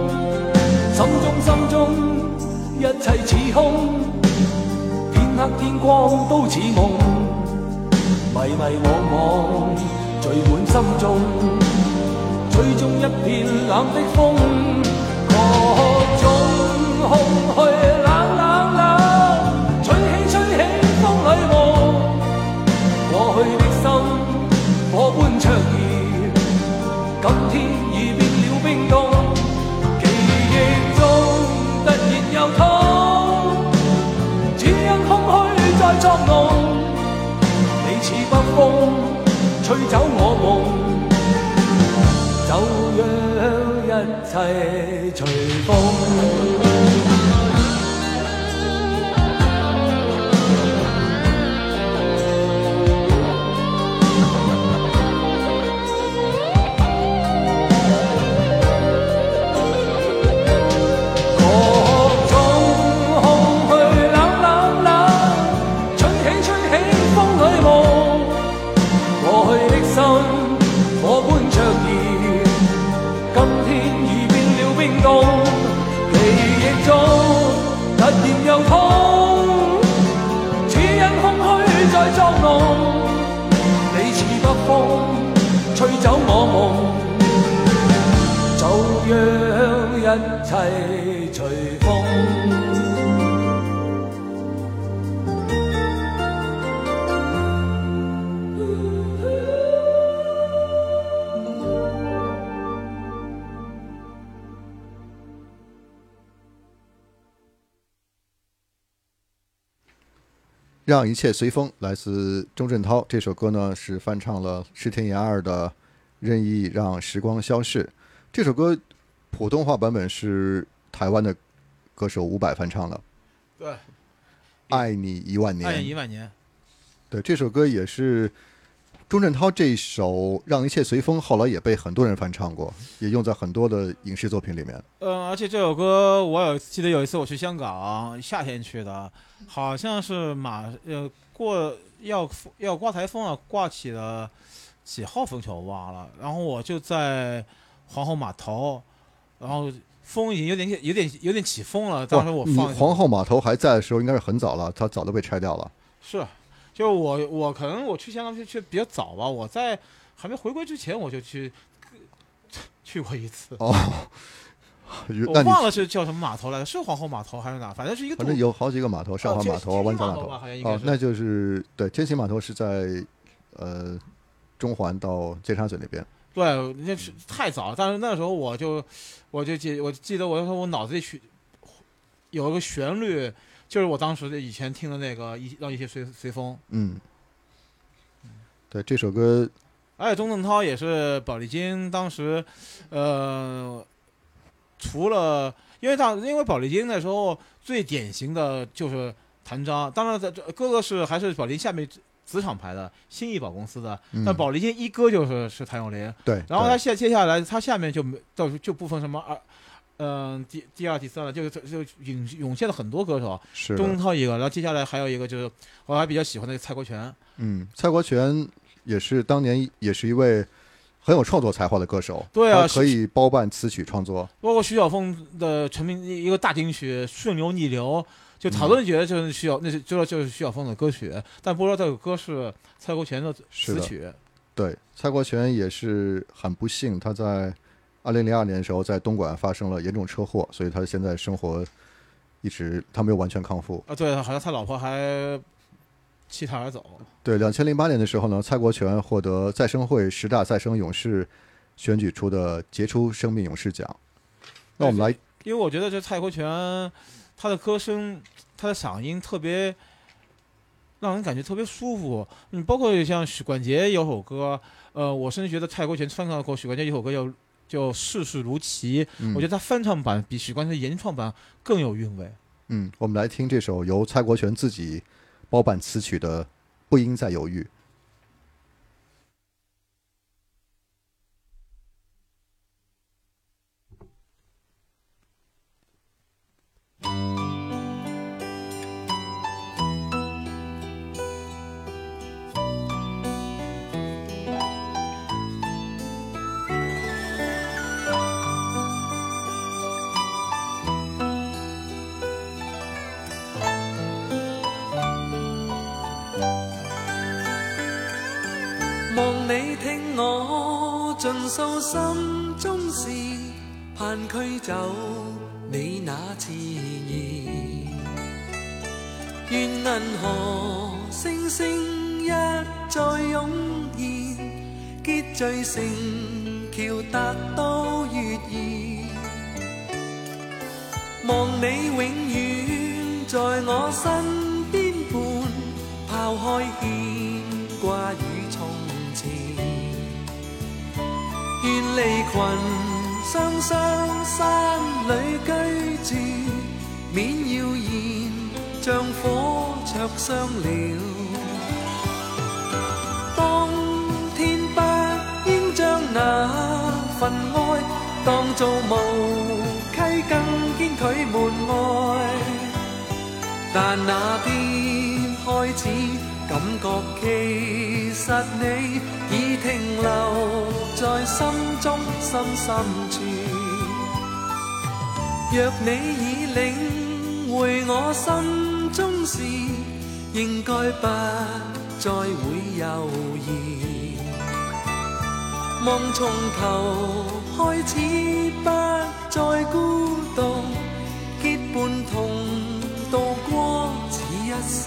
[SPEAKER 8] 心中一切似空，天黑天光都似夢，迷惘聚滿心中，最終一片冷的風，各種空虛冷，吹起風裏夢，過去的心火般灼熱，今天已變了冰凍，記憶中突然又痛，只因空虛在作弄，你似北風吹走我夢，就讓一切隨風。吹走我夢，就讓一切隨風。
[SPEAKER 1] 让一切随风来自钟镇涛，这首歌呢是翻唱了石田研二的任意让时光消逝。这首歌普通话版本是台湾的歌手伍佰翻唱的，
[SPEAKER 5] 对，
[SPEAKER 1] 爱你1万年，
[SPEAKER 5] 爱你1万年。
[SPEAKER 1] 对，这首歌也是钟镇涛这一首让一切随风后来也被很多人翻唱过，也用在很多的影视作品里面。
[SPEAKER 5] 而且这首歌我记得有一次我去香港，夏天去的，好像是要刮台风啊，刮起了几号风球我忘了，然后我就在皇后码头，然后风已经有点起风了。当时我
[SPEAKER 1] 你皇后码头还在的时候，应该是很早了，它早都被拆掉了。
[SPEAKER 5] 是，就我可能我去香港去比较早吧，我在还没回归之前我就去过一次。
[SPEAKER 1] 哦，
[SPEAKER 5] 我忘了是叫什么码头来的，是皇后码头还是哪？反正是一个，
[SPEAKER 1] 反正有好几个码头，上环码头、湾仔码头。
[SPEAKER 5] 哦，
[SPEAKER 1] 那就是对，天星码头是在中环到尖沙咀那边。
[SPEAKER 5] 对，那是太早了，但是那时候我记得我脑子里有一个旋律，就是我当时以前听的那个让一切随风。
[SPEAKER 1] 对，这首歌，
[SPEAKER 5] 而且钟镇涛也是宝丽金当时，除了因为宝丽金那时候最典型的就是谭章，当然哥哥还是宝丽金下面子厂牌的新艺宝公司的，但宝丽金一哥是谭咏麟。
[SPEAKER 1] 对，
[SPEAKER 5] 然后他接下来他下面就不分什么第二第三了，就涌现了很多歌手，
[SPEAKER 1] 是
[SPEAKER 5] 钟镇涛一个，然后接下来还有一个就是我还比较喜欢的蔡国权。
[SPEAKER 1] 蔡国权也是当年也是一位很有创作才华的歌手。
[SPEAKER 5] 对啊，
[SPEAKER 1] 他可以包办词曲创作，
[SPEAKER 5] 包括徐小凤的成名一个大金曲《顺流逆流》。就讨论觉得就是徐小凤的歌曲，但不知道这个歌是蔡国权的词曲。
[SPEAKER 1] 对，蔡国权也是很不幸，他在2002年的时候在东莞发生了严重车祸，所以他现在生活他没有完全康复
[SPEAKER 5] 啊。对，好像他老婆还弃他而走。
[SPEAKER 1] 对，2008年的时候呢，蔡国权获得再生会10大再生勇士选举出的杰出生命勇士奖。那我们来，
[SPEAKER 5] 因为我觉得这蔡国权他的歌声，他的嗓音特别让人感觉特别舒服。包括像许冠杰有首歌，我甚至觉得蔡国权翻唱过许冠杰有首歌叫《世事如棋》，我觉得他翻唱版比许冠杰原创版更有韵味。
[SPEAKER 1] 我们来听这首由蔡国权自己包办词曲的《不应再犹豫》。
[SPEAKER 9] 望你聽我盡訴心中事，盼驅走你那熾意。願銀河星星一再湧現，結聚成橋達到月兒。望你永遠在我身邊伴，拋開牽掛與從前。願離群雙雙山裏居住，免謠言像火灼傷了。當天不應將那份愛當做無稽，更堅拒門外。但那天開始感覺其實你已停留在心中深深處。若你已領會我心中事，應該不再會猶豫。望從頭開始不再孤獨，結伴同渡過此一世。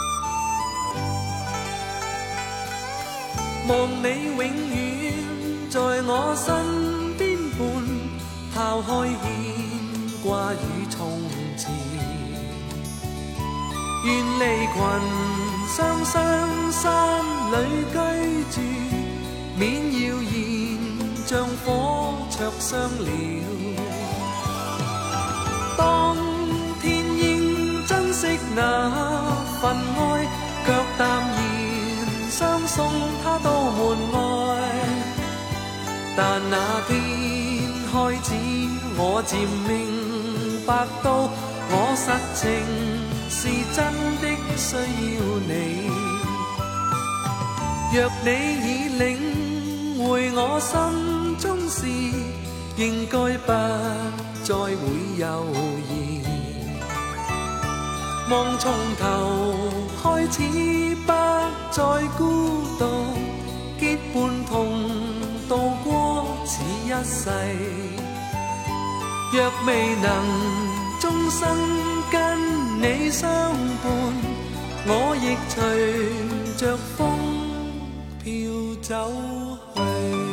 [SPEAKER 9] 望你永遠
[SPEAKER 8] 在我身邊伴，拋開牽掛與從前，願離群雙雙山裏居住，免謠言像火灼傷了。當天應珍惜那份愛，卻淡然相送他到門外。但那天開始，我漸明白到，我實情是真的需要你。若你已領會我心中事，應該不再會猶豫。望從頭開始，不再孤獨，結伴同渡過此一世。若未能終生跟你相伴，我亦隨着風飄走去。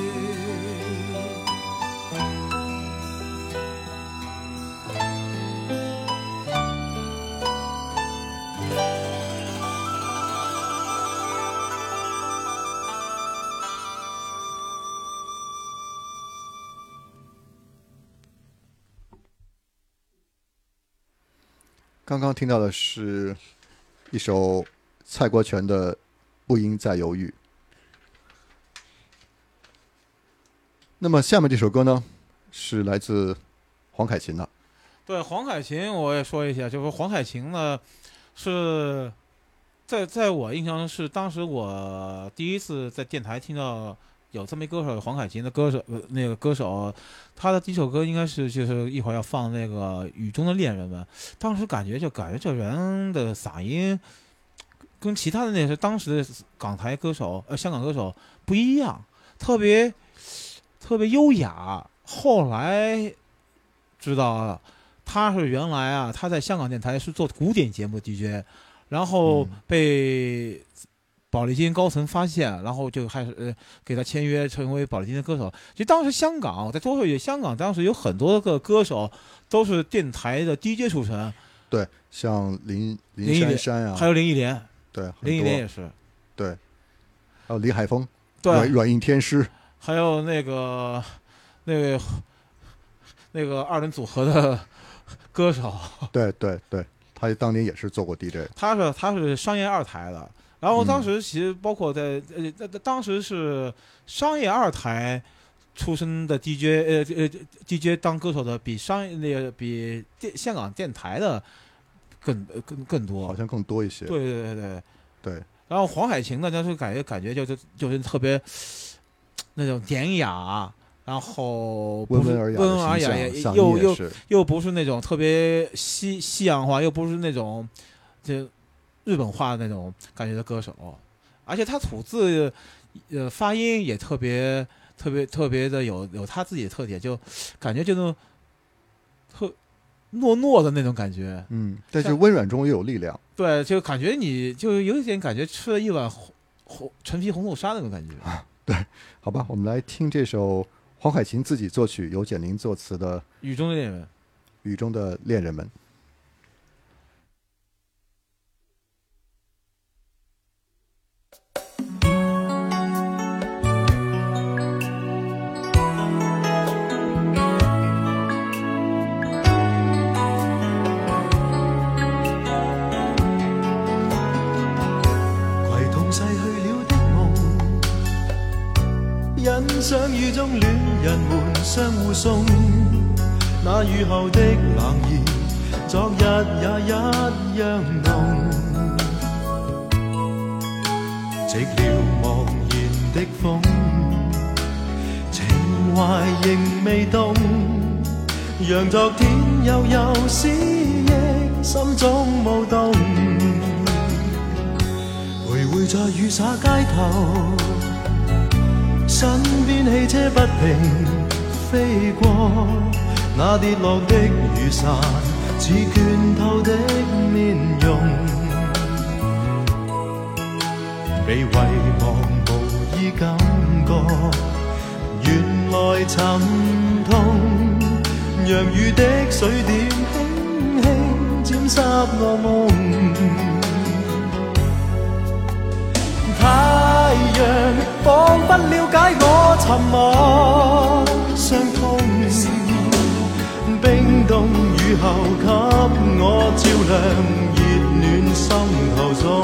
[SPEAKER 1] 刚刚听到的是一首蔡国权的《不应再犹豫》。那么下面这首歌呢，是来自黄凯芹的。
[SPEAKER 5] 对，黄凯芹我也说一下，就是黄凯芹呢，是在我印象中是当时我第一次在电台听到有这么一歌手，黄凯芹的歌手，那个歌手，他的第一首歌应该是就是一会儿要放那个《雨中的恋人们》，当时感觉这人的嗓音跟其他的那些当时的港台歌手、香港歌手不一样，特别优雅。后来知道他是原来啊，他在香港电台是做古典节目的 DJ， 然后被宝丽金高层发现，然后就开始给他签约成为宝丽金的歌手。其实当时香港，我再多说一句，香港当时有很多个歌手都是电台的 DJ 出身。
[SPEAKER 1] 对，像林珊珊啊，
[SPEAKER 5] 还有林忆莲，
[SPEAKER 1] 对，
[SPEAKER 5] 林忆莲也是，
[SPEAKER 1] 对，还有李海峰，
[SPEAKER 5] 对，
[SPEAKER 1] 软硬天师，还
[SPEAKER 5] 有那个二人组合的歌手。对，
[SPEAKER 1] 他当年也是做过 DJ，
[SPEAKER 5] 他是商业二台的。然后当时其实包括在当时是商业二台出身的 DJ 当歌手的比香港电台的更多，
[SPEAKER 1] 好像更多一些。对。
[SPEAKER 5] 然后黄凯芹呢，就是感觉就是特别那种典雅，然后
[SPEAKER 1] 温文尔雅，
[SPEAKER 5] 又不是那种特别西洋化，又不是那种就日本化的那种感觉的歌手，而且他吐字发音也特别的有他自己的特点，就感觉这种特糯的那种感觉。
[SPEAKER 1] 但是温软中又有力量。
[SPEAKER 5] 对，就感觉你就有一点感觉吃了一碗陈皮红豆沙那种感觉。
[SPEAKER 1] 对，好吧，我们来听这首黄凯芹自己作曲、由简玲作词的《
[SPEAKER 5] 雨中的恋人》。
[SPEAKER 1] 雨中的恋人们。
[SPEAKER 10] 欣賞雨中戀人們相互送，那雨後的冷意，昨日也一樣濃。寂寥茫然的風，情懷仍未動，讓昨天悠悠思憶心中舞動，徘徊在雨灑街頭。身邊汽車不停飛過，那跌落的雨傘似倦透的面容，被遺忘無意感覺， 原來沉痛，讓雨的水點輕輕沾濕我夢。太陽彷彿了解我沉默傷痛，冰凍雨後給我照亮熱暖心頭中。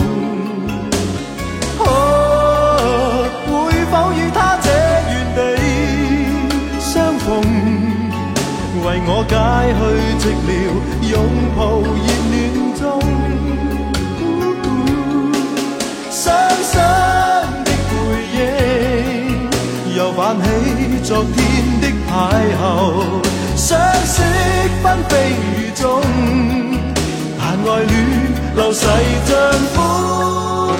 [SPEAKER 10] 會否與他這原地相逢，為我解去寂寥，擁抱熱暖中。傷心的背影，又泛起昨天的邂逅，相識紛飛雨中，但愛戀流逝像風。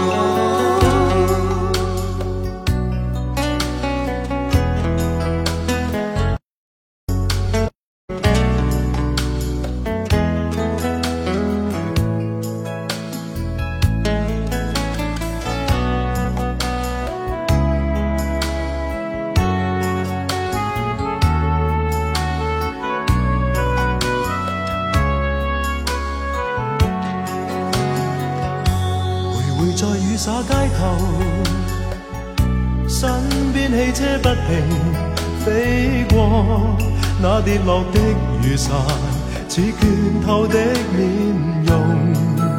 [SPEAKER 10] 在雨灑街頭，身邊汽車不停飛過，那跌落的雨傘似拳頭的面容，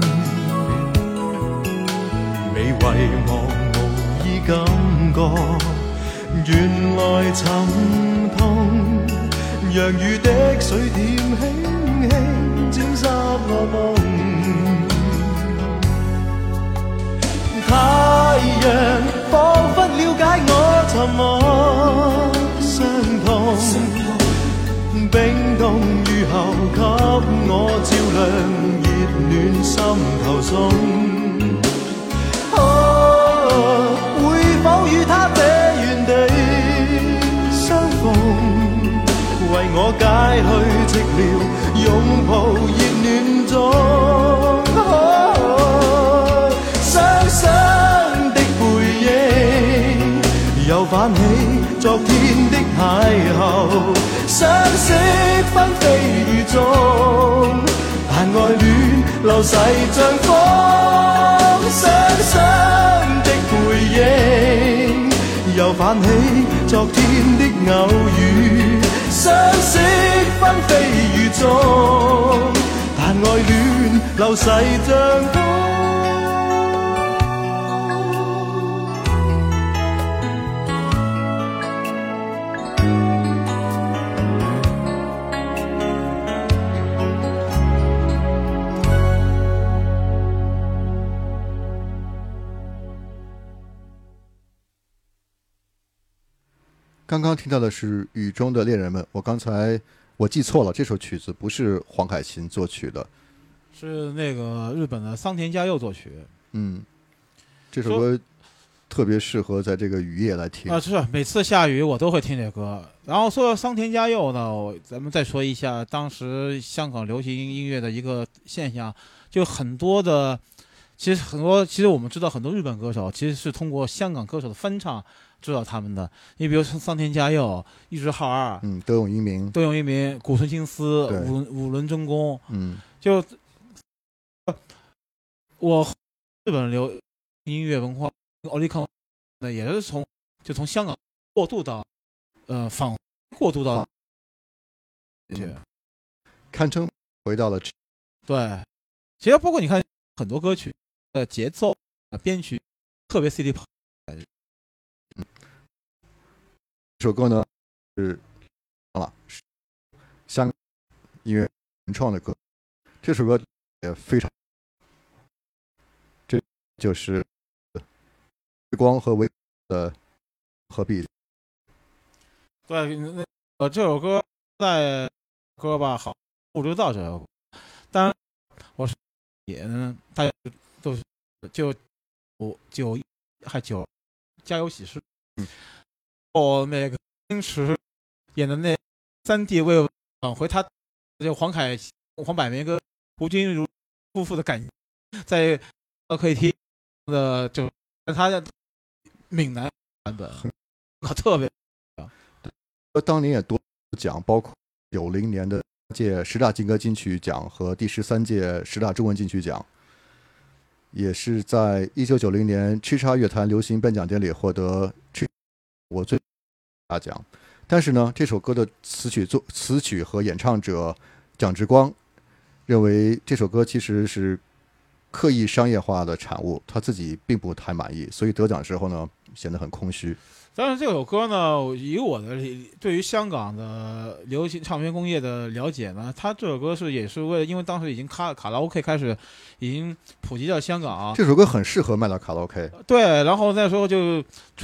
[SPEAKER 10] 未遺忘無意感覺，原來沉痛，讓雨的水點輕輕沾濕我夢。太陽彷彿了解我沉默傷痛，冰凍雨後給我照亮熱暖心頭中。會否與他這原地相逢，為我解去寂寥，擁抱熱暖中。傷心的背影，又泛起昨天的邂逅，相識紛飛雨中，但愛戀流逝像風。傷心的背影，又泛起昨天的偶遇，相識紛飛雨中，但愛戀流逝像風。
[SPEAKER 1] 刚刚听到的是《雨中的恋人们》，我记错了，这首曲子不是黄凯芹作曲的，
[SPEAKER 5] 是那个日本的桑田佳佑作曲。
[SPEAKER 1] 这首歌特别适合在这个雨夜来听
[SPEAKER 5] 啊，是每次下雨我都会听这歌。然后说到桑田佳佑呢，咱们再说一下当时香港流行音乐的一个现象，就很多的，其实我们知道很多日本歌手其实是通过香港歌手的翻唱知道他们的。你比如说桑田佳佑、一之浩二，
[SPEAKER 1] 德永英明、
[SPEAKER 5] 古村新司、五轮真弓，就我日本流音乐文化奥利康呢，也是从香港过渡到过渡到
[SPEAKER 1] 堪称回到了
[SPEAKER 5] 对。其实包括你看很多歌曲的节奏编曲特别 CD
[SPEAKER 1] 这首歌呢是香港音乐原创的歌，这首歌也非常，这就是微光和微的合璧。
[SPEAKER 5] 对，这首歌在歌吧好不知道这首歌，当然我是也大家都是就家有喜事，那个金池演的那3D 为挽回他就黄百鸣跟吴君如夫妇的感情，在可以听的就他的闽南版本特别
[SPEAKER 1] 当年也多奖，包括90年的届10大劲歌金曲奖和第13届10大中文金曲奖，也是在1990年叱咤乐坛流行颁奖典礼获得我最大奖。但是呢，这首歌的词曲和演唱者蒋志光认为这首歌其实是刻意商业化的产物，他自己并不太满意，所以得奖之后呢显得很空虚。
[SPEAKER 5] 但是这首歌呢，以我的对于香港的流行唱片工业的了解呢，它这首歌也是为了，因为当时已经卡拉 OK 开始已经普及到香港，
[SPEAKER 1] 这首歌很适合卖到卡拉 OK。
[SPEAKER 5] 对，然后那时候就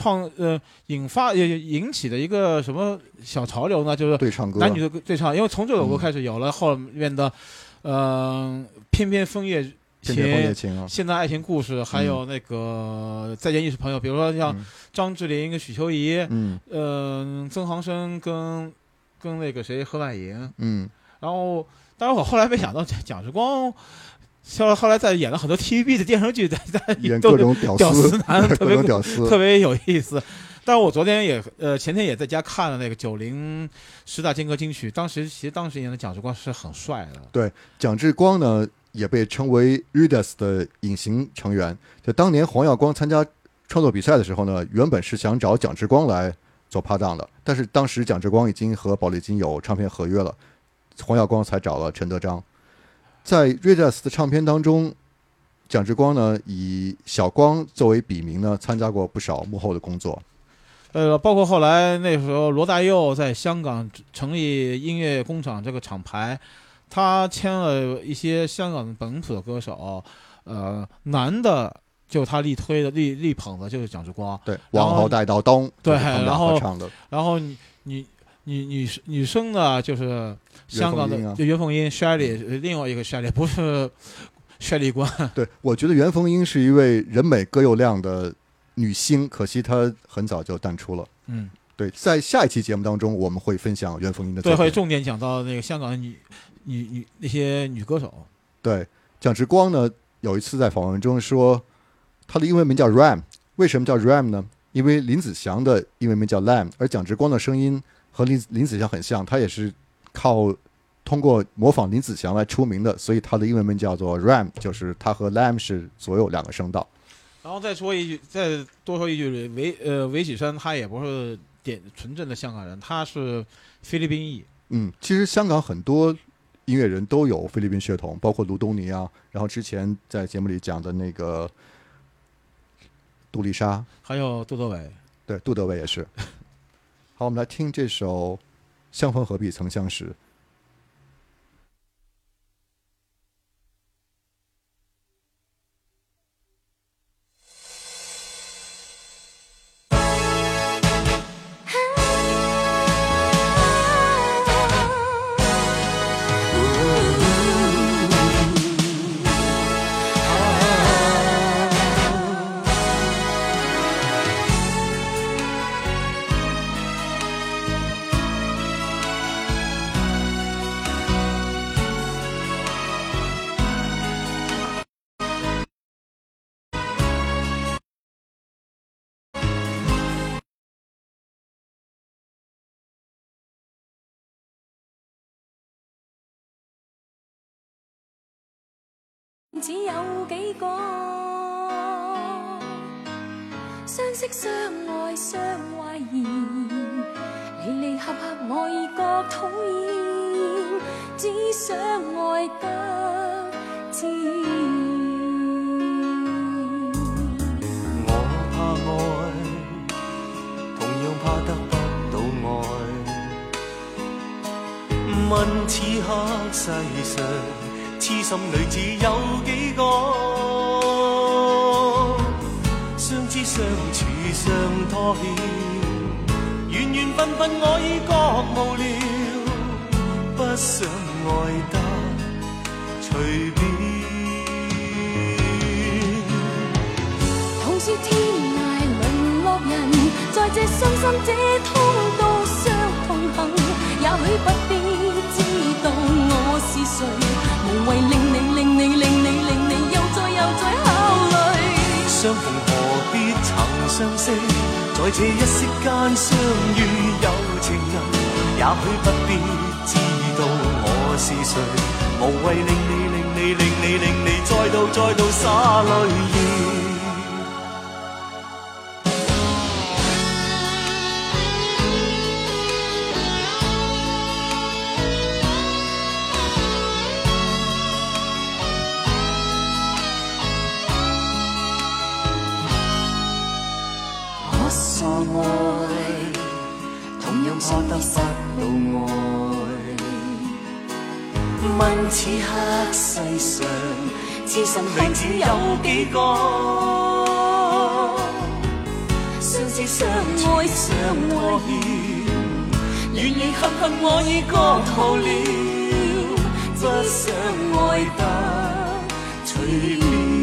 [SPEAKER 5] 引起的一个什么小潮流呢，就是
[SPEAKER 1] 对唱歌，
[SPEAKER 5] 男女的对唱，因为从这首歌开始有了后面的翩翩枫叶情、现代爱情故事，还有那个再见亦是朋友，比如说像张智霖跟许秋怡，曾航生跟那个谁何婉莹，然后当然我后来没想到蒋志光后来在演了很多 TVB 的电视剧，在
[SPEAKER 1] 演各种屌丝
[SPEAKER 5] 男，
[SPEAKER 1] 特
[SPEAKER 5] 别有意思。但是我昨天前天也在家看了那个9010大劲歌金曲，当时演的蒋志光是很帅的。
[SPEAKER 1] 对，蒋志光呢也被称为 Rudess 的隐形成员。就当年黄耀光参加创作比赛的时候呢，原本是想找蒋志光来做搭档的，但是当时蒋志光已经和宝丽金有唱片合约了，黄耀光才找了陈德章。在 Rudess 的唱片当中，蒋志光呢以小光作为笔名呢，参加过不少幕后的工作。
[SPEAKER 5] 包括后来那时候罗大佑在香港成立音乐工厂这个厂牌，他签了一些香港本土的歌手，男的就他力推的力捧的就是蒋志光，
[SPEAKER 1] 对，往后带到东，
[SPEAKER 5] 对，
[SPEAKER 1] 然
[SPEAKER 5] 后女生呢就是香港的袁凤英 Shelly， 另外一个 Shelly 不是 Shelly 关。
[SPEAKER 1] 对，我觉得袁凤英是一位人美歌又亮的女星，可惜她很早就淡出了。对，在下一期节目当中我们会分享袁凤英的作品，
[SPEAKER 5] 对，会重点讲到那个香港的女那些女歌手。
[SPEAKER 1] 对，蒋志光呢有一次在访问中说，他的英文名叫 Ram， 为什么叫 Ram 呢？因为林子祥的英文名叫 Lam， 而蒋志光的声音和林子祥很像，他也是通过模仿林子祥来出名的，所以他的英文名叫做 Ram， 就是他和 Lam 是左右两个声道。
[SPEAKER 5] 然后再多说一句，韦启山他也不是纯正的香港人，他是菲律宾裔。
[SPEAKER 1] 其实香港很多音乐人都有菲律宾血统，包括卢东尼啊，然后之前在节目里讲的那个杜丽莎，
[SPEAKER 5] 还有杜德伟。
[SPEAKER 1] 对，杜德伟也是。好，我们来听这首《相逢何必曾相识》。
[SPEAKER 7] 只有幾個相識相愛相懷疑，離離合合我已覺討厭，只想愛得自然。
[SPEAKER 10] 我怕愛，同樣怕得不到愛。問此刻世上痴心女子有幾個？相知相處相拖欠，緣緣分分我已覺無聊，不想愛得隨便。
[SPEAKER 7] 同是天涯淪落人，在這傷心這通道上同行，也許不必知道我是誰，無謂令你又再考慮。
[SPEAKER 10] 相逢何必曾相識，在這一息間相遇有情人。 許不必知道我是誰，無謂令你再度灑淚意。我傻愛，同樣怕得不到愛。問此刻世上，知心女子有幾個？相知相愛相和諧，願意恨我已覺逃了，不想愛得隨便。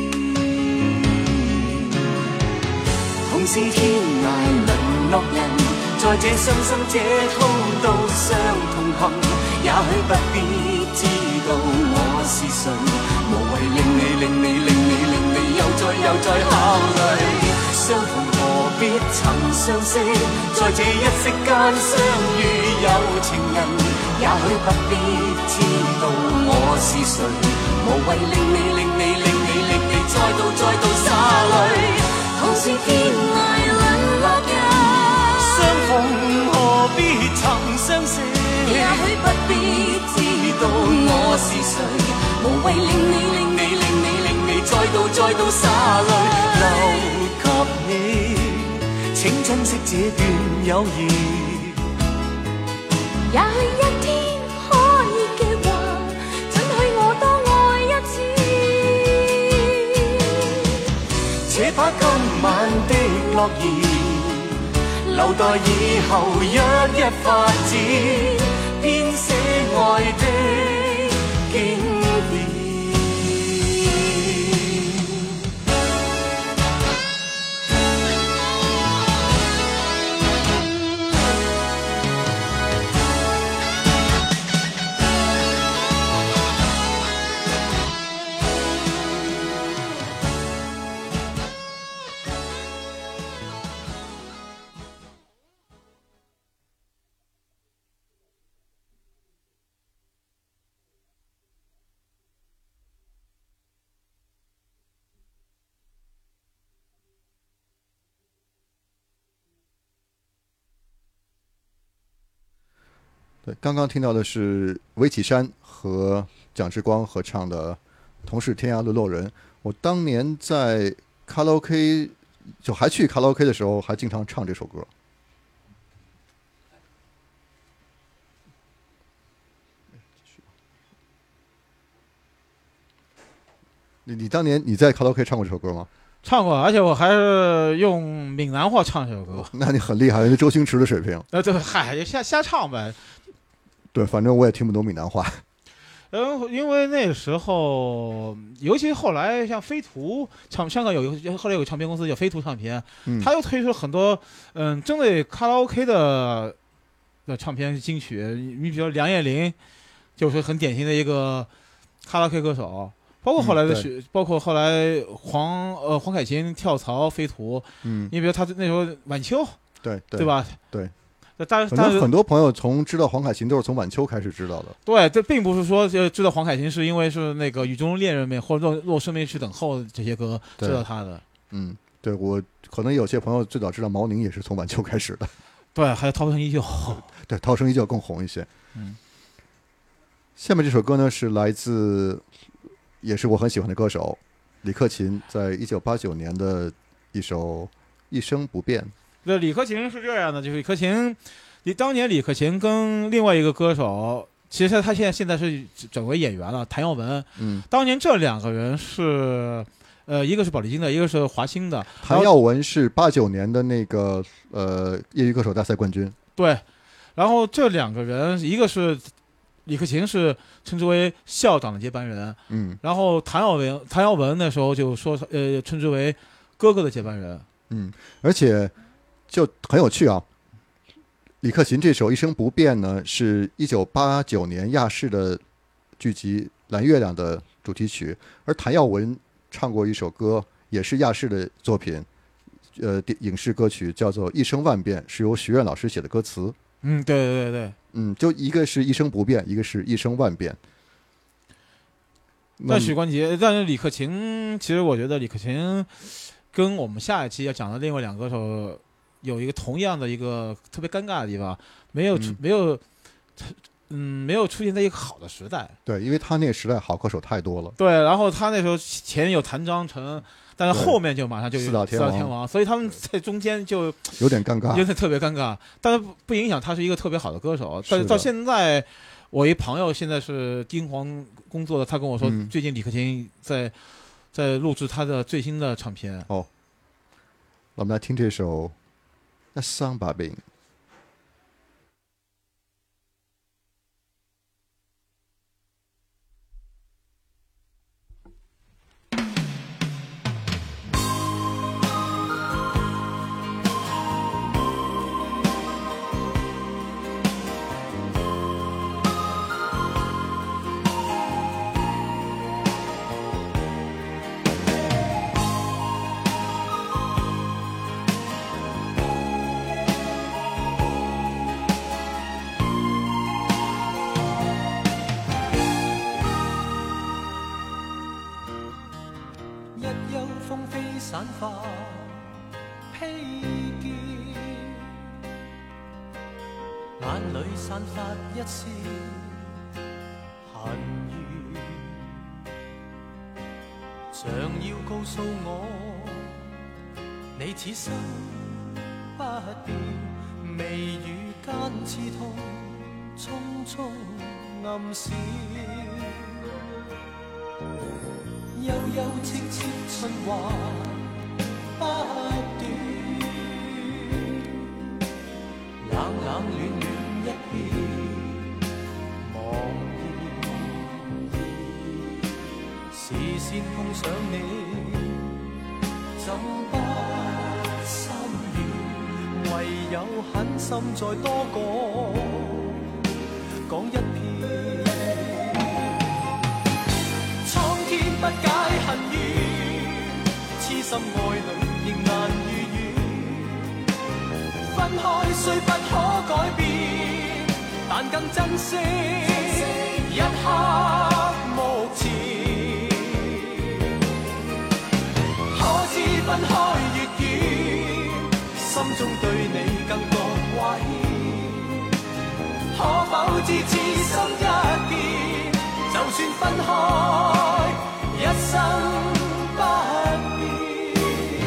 [SPEAKER 10] 同是天涯淪落人，在這傷心這通道上同行，也許不必知道我是誰，無謂令你又再考慮。相逢何必曾相識，在這一息間相遇有情人，也許不必知道我是誰，無謂令你再度灑淚。同是天涯淪落人，相逢何必曾相識，也許不必知道我是誰，無謂令你再度灑淚。留給你，請珍惜這段友誼。
[SPEAKER 7] 也許一天可以嘅話，准許我多愛一次。
[SPEAKER 10] 且把今晚的樂兒，留待以後一一發展，編寫愛的經典。
[SPEAKER 1] 对，刚刚听到的是韦启山和蒋志光合唱的《同是天涯沦落人》。我当年在卡拉 OK， 就还去卡拉 OK 的时候，还经常唱这首歌。你当年你在卡拉 OK 唱过这首歌吗？
[SPEAKER 5] 唱过，而且我还是用闽南话唱这首歌。
[SPEAKER 1] 那你很厉害，那周星驰的水平。
[SPEAKER 5] 对，嗨，瞎唱呗。
[SPEAKER 1] 对，反正我也听不懂闽南话。
[SPEAKER 5] 因为那时候，尤其后来像飞图香港后来有个唱片公司叫飞图唱片，他又推出了很多针对卡拉 OK 的唱片金曲。你比如梁艳玲，就是很典型的一个卡拉 OK 歌手。包括后来黄凯芹跳槽飞图，你比如他那时候晚秋，对吧？
[SPEAKER 1] 对。
[SPEAKER 5] 但是
[SPEAKER 1] 很多朋友从知道黄凯芹都是从晚秋开始知道的。
[SPEAKER 5] 对，这并不是说知道黄凯芹是因为是那个雨中恋人们或者若生命去等候这些歌知道他的。
[SPEAKER 1] 对，我可能有些朋友最早知道毛宁也是从晚秋开始的。
[SPEAKER 5] 对，还有涛声依旧。
[SPEAKER 1] 对，涛声依旧更红一些。下面这首歌呢是来自也是我很喜欢的歌手李克勤在1989年的一首《一生不变》。
[SPEAKER 5] 那李克勤是这样的，就是当年李克勤跟另外一个歌手，其实他现在是转为演员了，谭耀文。当年这两个人是，一个是宝丽金的，一个是华星的。
[SPEAKER 1] 谭耀文是89年的那个业余歌手大赛冠军。
[SPEAKER 5] 对，然后这两个人，一个是李克勤是称之为校长的接班人，然后谭耀文那时候就说称之为哥哥的接班人。
[SPEAKER 1] 而且就很有趣啊。李克勤这首《一生不变》呢，是1989年亚视的剧集《蓝月亮》的主题曲，而谭耀文唱过一首歌，也是亚视的作品，影视歌曲叫做《一生万变》，是由徐愿老师写的歌词。
[SPEAKER 5] 对对对对，
[SPEAKER 1] 就一个是一生不变，一个是一生万变。
[SPEAKER 5] 但许冠杰，但是李克勤，其实我觉得李克勤跟我们下一期要讲的另外两个歌手有一个同样的一个特别尴尬的地方，没有出现在一个好的时代。
[SPEAKER 1] 对，因为他那个时代好歌手太多了。
[SPEAKER 5] 对，然后他那时候前有谭张成，但是后面就马上就有
[SPEAKER 1] 四大天
[SPEAKER 5] 王，所以他们在中间就
[SPEAKER 1] 有点尴尬，
[SPEAKER 5] 有点特别尴尬。但是不影响他是一个特别好的歌手。但是到现在，我一朋友现在是金黄工作的，他跟我说，最近李克勤在录制他的最新的唱片。
[SPEAKER 1] 哦，那我们来听这首《一生百變》。
[SPEAKER 10] 散發披肩，眼裏散發一絲恨怨，像要告訴我，你此生不變，眉宇間刺痛，匆匆暗閃。悠悠戚戚春華不斷，冷冷暖暖一片茫然，視線碰上你，怎不心軟？唯有狠心再多講一遍。不解恨怨，痴心愛侶仍難如願。分開雖不可改變，但更珍惜一刻目前。可知分開越遠，心中對你更覺懷念。可否知此心一變，就算分開一生不變，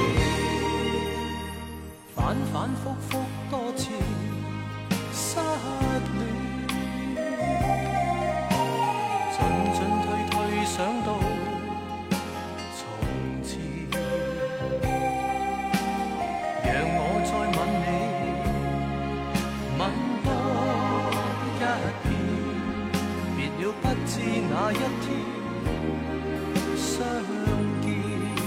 [SPEAKER 10] 反反覆覆多次失戀，進進退退想到從前，讓我再吻你，吻多一遍，別了不知哪一天相見。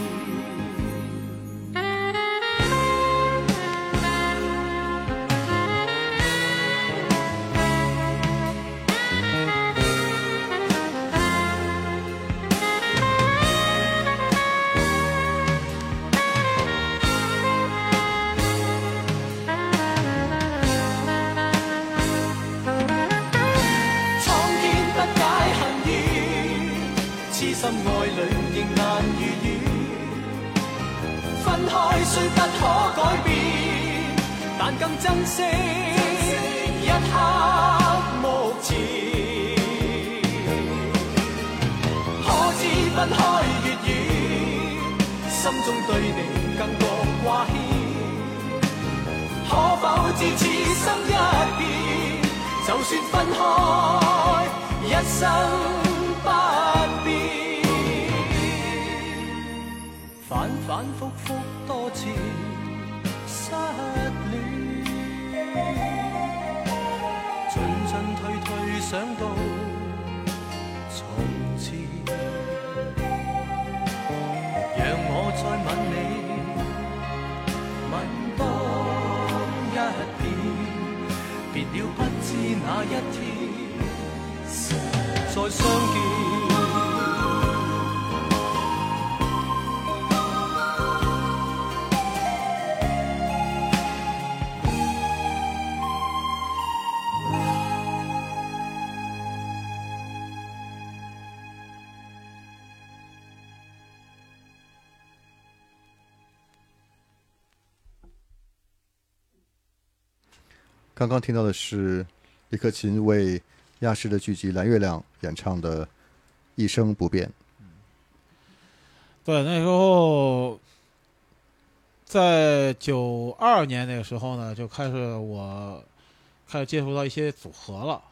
[SPEAKER 10] 心愛侶仍難如願，分開雖不可改變，但更珍惜一刻目前。可知分開越遠，心中對你更覺掛牽。可否知此心一變，就算分開一生不變。反反覆覆多次失戀，進進退退想到從前，讓我再吻你，吻多一遍，別了不知哪一天再相見。
[SPEAKER 1] 刚刚听到的是李克勤为亚视的剧集《蓝月亮》演唱的《一生不变》。
[SPEAKER 5] 对，那时候在92年那个时候呢，就开始接触到一些组合了。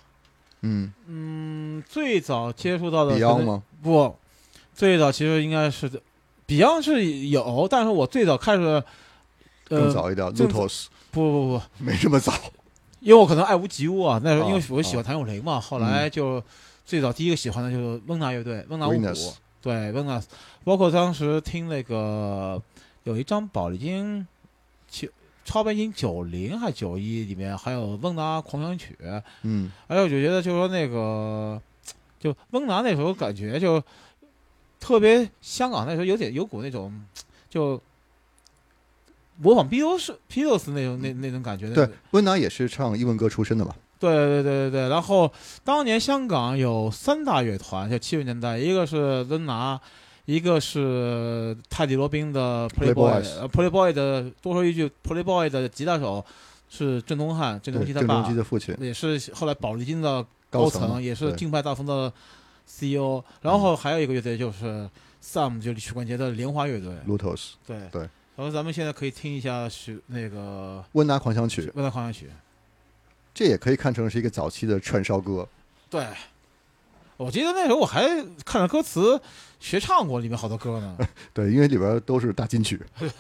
[SPEAKER 5] 最早接触到的
[SPEAKER 1] Beyond 吗？
[SPEAKER 5] 不，最早其实应该是 Beyond 是有，但是我最早开始
[SPEAKER 1] 更早一点 Lotus
[SPEAKER 5] 不，
[SPEAKER 1] 没这么早，
[SPEAKER 5] 因为我可能爱屋及乌啊。那时候因为我喜欢谭咏麟嘛，后来就最早第一个喜欢的就是翁拿乐队，翁拿五虎，对，翁拿，包括当时听那个有一张宝丽金超白金90还91里面还有翁拿狂想曲，还有我就觉得就是说那个就翁拿那时候感觉就特别香港那时候有股那种就模仿 Beatles 那种感觉。
[SPEAKER 1] 对，温拿也是唱英文歌出身的嘛。
[SPEAKER 5] 对。然后当年香港有3大乐团，就70年代，一个是温拿，一个是泰迪罗宾的 Playboy 的多说一句 ，Playboy 的吉他手是郑东汉，郑中基他爸，
[SPEAKER 1] 郑中基的父亲，
[SPEAKER 5] 也是后来宝丽金的高层，也是劲派大风的 CEO。然后还有一个乐队就是 Sam， 就是许冠杰的莲花乐队
[SPEAKER 1] Lotus。对。
[SPEAKER 5] 然后咱们现在可以听一下那个
[SPEAKER 1] 温拿狂想曲，
[SPEAKER 5] 这
[SPEAKER 1] 也可以看成是一个早期的串烧歌。
[SPEAKER 5] 对，我记得那时候我还看着歌词学唱过里面好多歌呢。
[SPEAKER 1] 对，因为里边都是大金曲。
[SPEAKER 5] 对。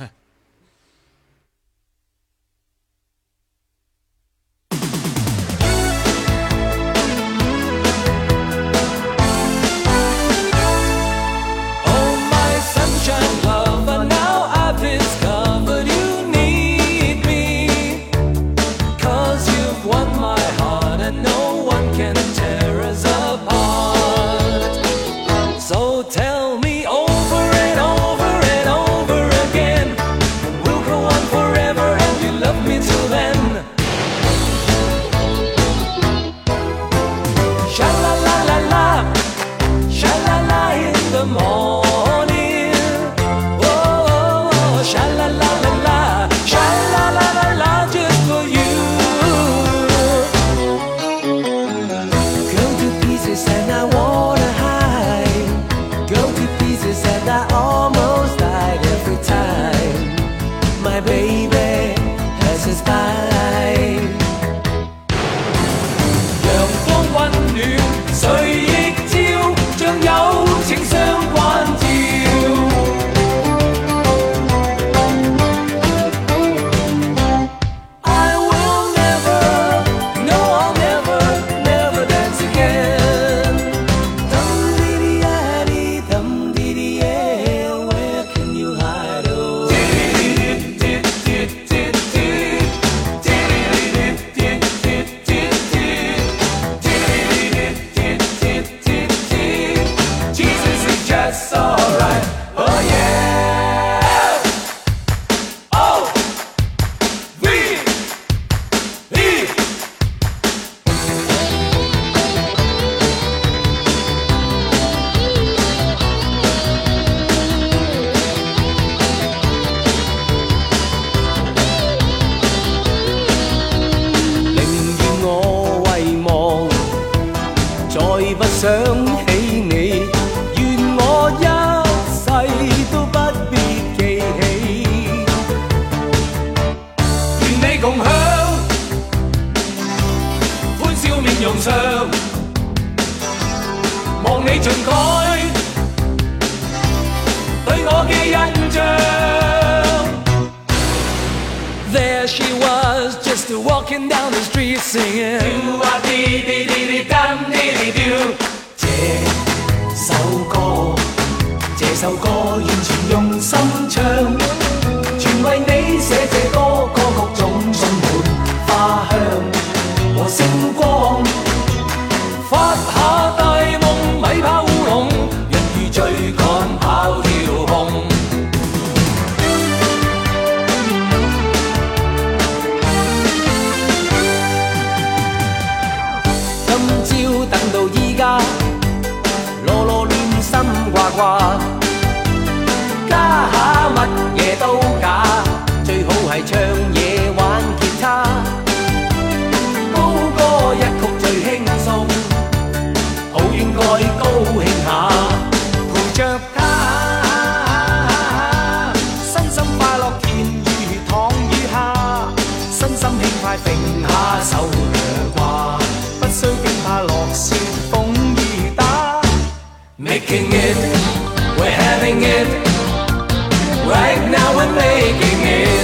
[SPEAKER 8] 唱嘢玩吉他， 下，陪着她，身心快樂甜如糖與蝦，身心輕快揈下手腳掛，不需驚怕落雪風雨打。Making it, we're having it, right now we're making it。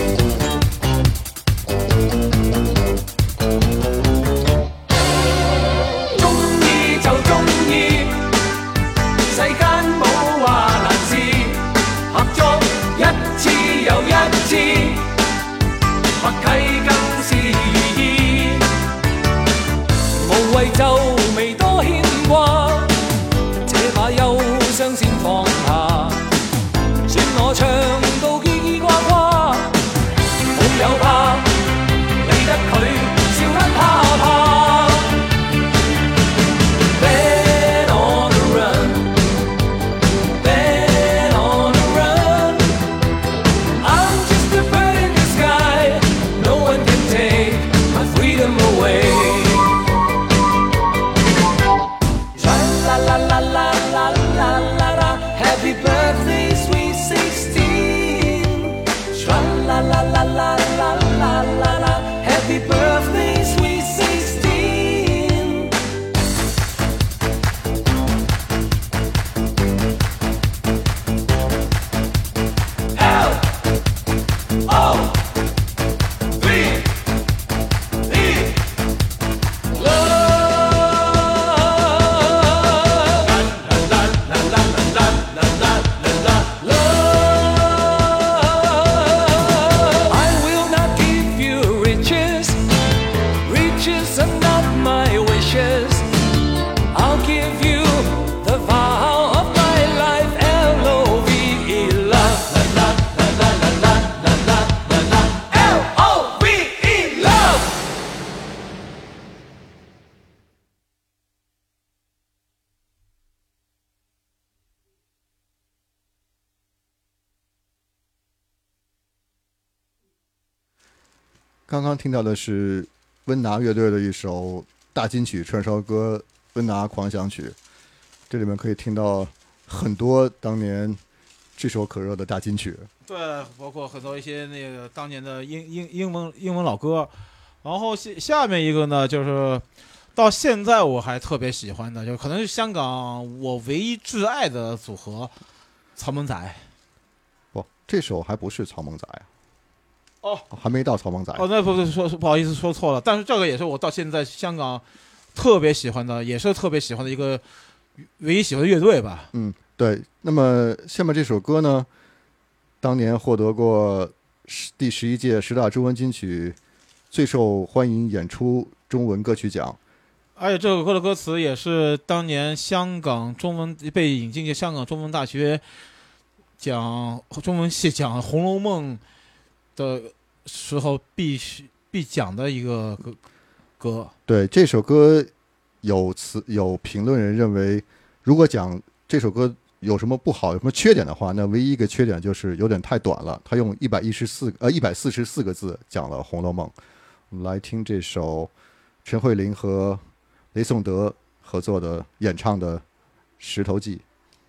[SPEAKER 8] 就未多牽掛，這把憂傷先放下，算我唱到結結呱呱，沒有怕，理得佢笑得怕怕。Been on the run, been on the run, I'm just a bird in the sky, no one can take my freedom away。Happy birthday, sweet 16. Tra la la la la la la la la. Happy birthday, sweet 16. L O V E love. I'll give you the vow of my life, L-O-V-E, love, la la la la la la la la la, L-O-V-E, love。
[SPEAKER 1] 刚刚听到的是温拿乐队的一首大金曲串烧歌《温拿狂想曲》，这里面可以听到很多当年炙手可热的大金曲。
[SPEAKER 5] 对，包括很多一些那个当年的英文老歌。然后下面一个呢，就是到现在我还特别喜欢的，就可能是香港我唯一挚爱的组合草蜢仔。
[SPEAKER 1] 不，这首还不是草蜢仔啊。
[SPEAKER 5] 哦，
[SPEAKER 1] 还没到草蜢仔。
[SPEAKER 5] 哦，那不好意思说错了。但是这个也是我到现在香港特别喜欢的，也是特别喜欢的一个唯一喜欢的乐队吧。
[SPEAKER 1] 嗯，对。那么下面这首歌呢，当年获得过第11届10大中文金曲最受欢迎演出中文歌曲奖。
[SPEAKER 5] 而且这首歌的歌词也是当年香港中文被引进香港中文大学讲中文系讲《红楼梦》的时候必讲的一个歌。
[SPEAKER 1] 对，这首歌有评论人认为，如果讲这首歌有什么不好，有什么缺点的话，那唯一一个缺点就是有点太短了。他用144个字讲了《红楼梦》。我们来听这首陈慧琳和雷颂德合作的演唱的《石头记》。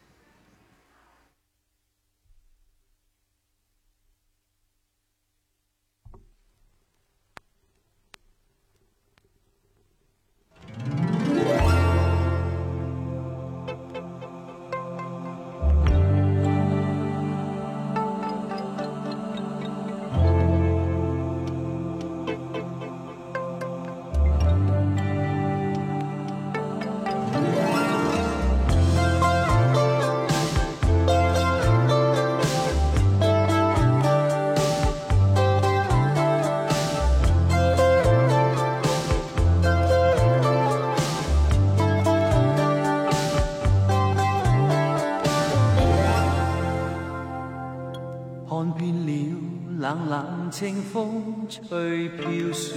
[SPEAKER 9] 冷冷清風吹飄雪，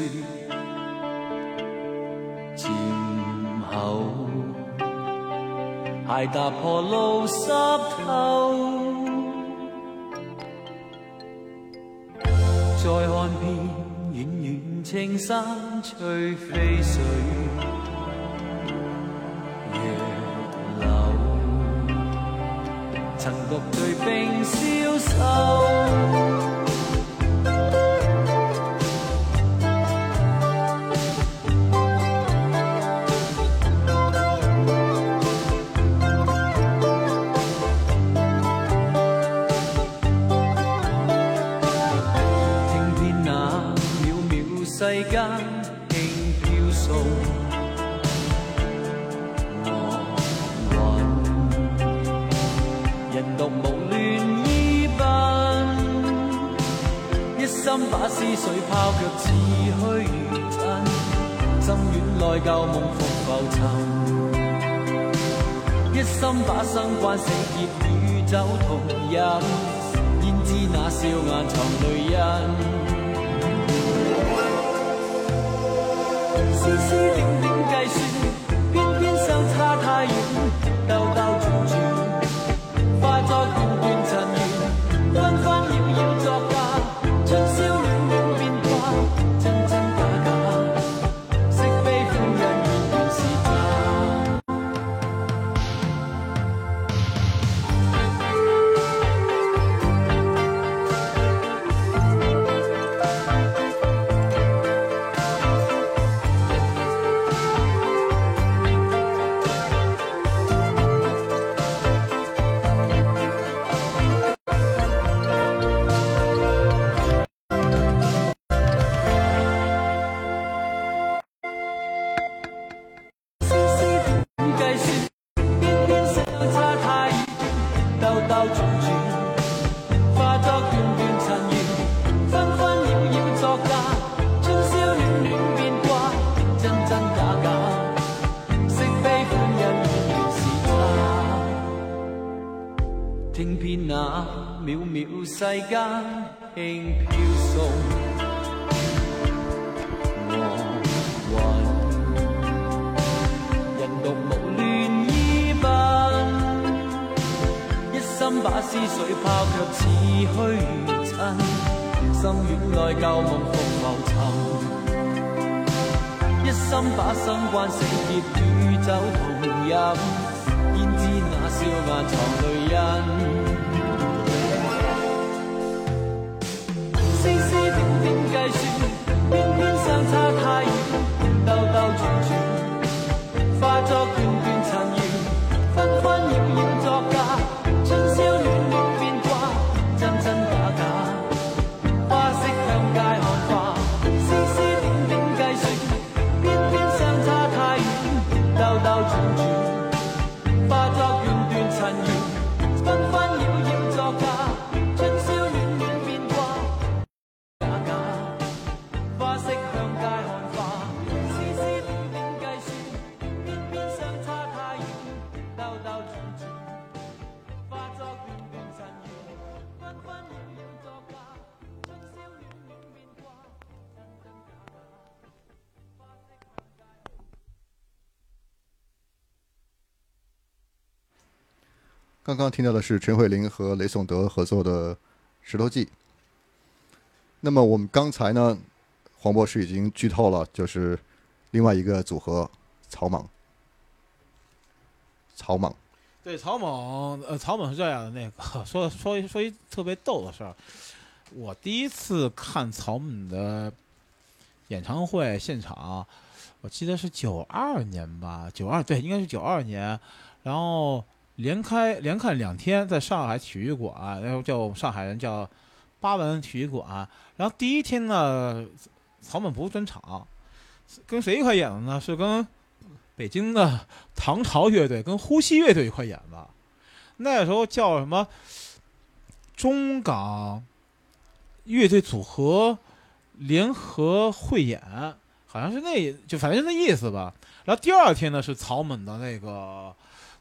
[SPEAKER 9] 漸後鞋踏破路濕透，再看遍遠遠青山翠飛水，若流。
[SPEAKER 8] 曾獨醉並消瘦。世間輕飄送，我雲人獨無亂依奔，一心把思緒拋卻似虛塵，心軟內舊夢復浮沉，一心把生關死劫與酒同飲，焉知那笑顏藏淚印。絲絲點點計算，偏偏相差太遠，兜兜轉轉，化作段段塵緣，紛紛擾擾作假，春宵暖暖變卦，真真假假，惜非歡欣原原是假。聽遍那渺渺世間輕飄送，我雲人獨無亂依奔，一心把思緒拋卻似虛塵，心軟內舊夢復浮沉，一心把生關死劫與酒同飲，焉知那笑顏藏淚印。絲絲點點計算，偏偏相差太遠，兜兜轉轉，化作段段塵緣，紛紛擾擾作假，春宵暖暖變卦，真真假假，花色向街看花。絲絲點點計算，偏偏相差太遠，兜兜轉轉，化作段段塵緣，紛紛擾擾作假，春宵暖暖變卦，假假，花色向街看花。絲絲點點計算，偏偏相差太遠，兜兜轉轉，化作段段塵緣，紛紛擾擾作假，春宵暖暖變卦，真真假假，花色向街看花。
[SPEAKER 1] 刚刚听到的是陈慧琳和雷颂德合作的《石头记》。那么我们刚才呢，黄博士已经剧透了，就是另外一个组合草蜢。草蜢，
[SPEAKER 5] 对，草蜢是这样的，那个说一特别逗的事儿。我第一次看草蜢的演唱会现场，我记得是92年吧，92对，应该是92年，然后连看2天，在上海体育馆，然后叫上海人叫八文体育馆。然后第一天呢，草蜢不是专场，跟谁一块演的呢？是跟北京的唐朝乐队跟呼吸乐队一块演的。那时候叫什么中港乐队组合联合汇演，好像是就反正是那意思吧。然后第二天呢是草蜢的那个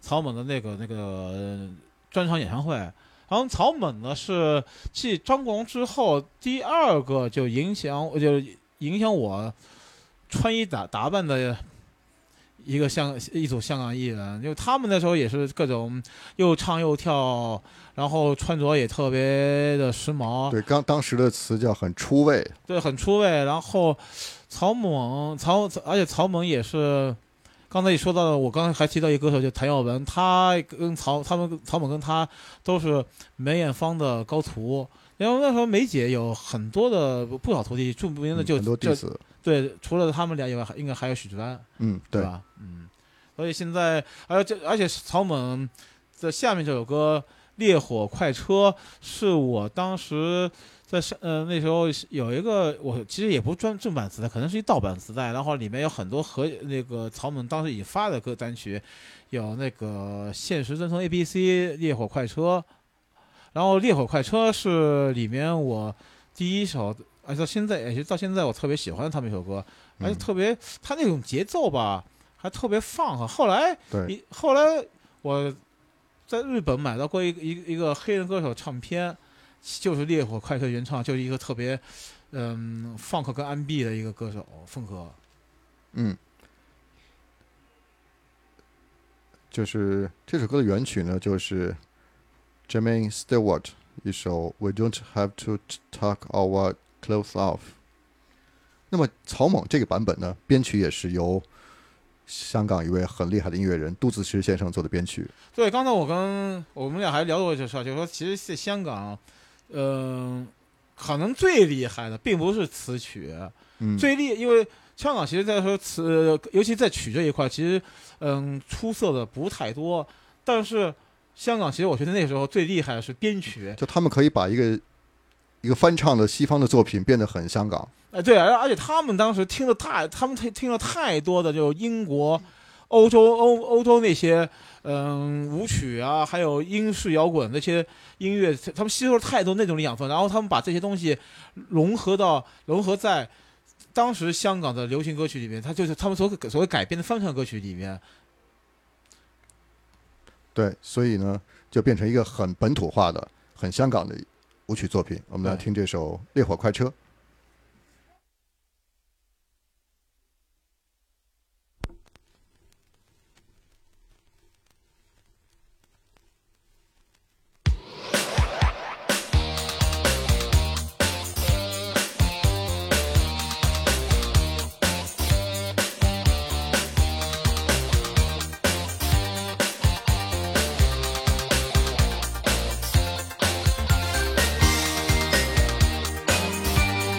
[SPEAKER 5] 专场演唱会。然后草蜢呢是继张国荣之后第二个就影响我穿衣打扮的一组香港艺人，就他们那时候也是各种又唱又跳，然后穿着也特别的时髦。
[SPEAKER 1] 对，当时的词叫很出位。对，
[SPEAKER 5] 很出位。然后而且草蜢也是刚才也说到了，我刚才还提到一个歌手，就谭耀文，他跟曹猛跟他都是梅艳芳的高徒。然后那时候梅姐有很多的不少徒弟，著名的就
[SPEAKER 1] 很多弟子。
[SPEAKER 5] 对，除了他们俩以外，应该还有许志安。对吧？所以现在，而且曹猛的下面这首歌《烈火快车》是我当时在那时候有一个，我其实也不是正版磁带，可能是一盗版磁带，然后里面有很多和那个曹猛当时已经发的歌单曲，有那个现实真诚 ABC 烈火快车，然后烈火快车是里面我第一首，而且到现在我特别喜欢他们一首歌，而且特别他那种节奏吧，还特别放。后来我在日本买到过一个黑人歌手唱片，就是烈火快车原创，就是一个特别funk 跟 R&B 的一个歌手风格。
[SPEAKER 1] 就是这首歌的原曲呢，就是 Jermaine Stewart 一首 We Don't Have to Talk Our Clothes Off。那么曹猛这个版本呢，编曲也是由香港一位很厉害的音乐人杜自持先生做的编曲。
[SPEAKER 5] 对，刚才我们俩还聊过这事儿，就是说其实在香港，可能最厉害的并不是词曲，因为香港其实在说词，尤其在曲这一块，其实出色的不太多。但是香港其实我觉得那时候最厉害的是编曲，
[SPEAKER 1] 就他们可以把一个翻唱的西方的作品变得很香港。
[SPEAKER 5] 对，而且他们当时听了太多的就英国、欧洲那些舞曲啊，还有英式摇滚那些音乐，他们吸收了太多那种养分，然后他们把这些东西融合在当时香港的流行歌曲里面，它就是他们所谓改编的翻唱歌曲里面。
[SPEAKER 1] 对，所以呢，就变成一个很本土化的、很香港的舞曲作品。我们来听这首《烈火快车》。
[SPEAKER 7] 「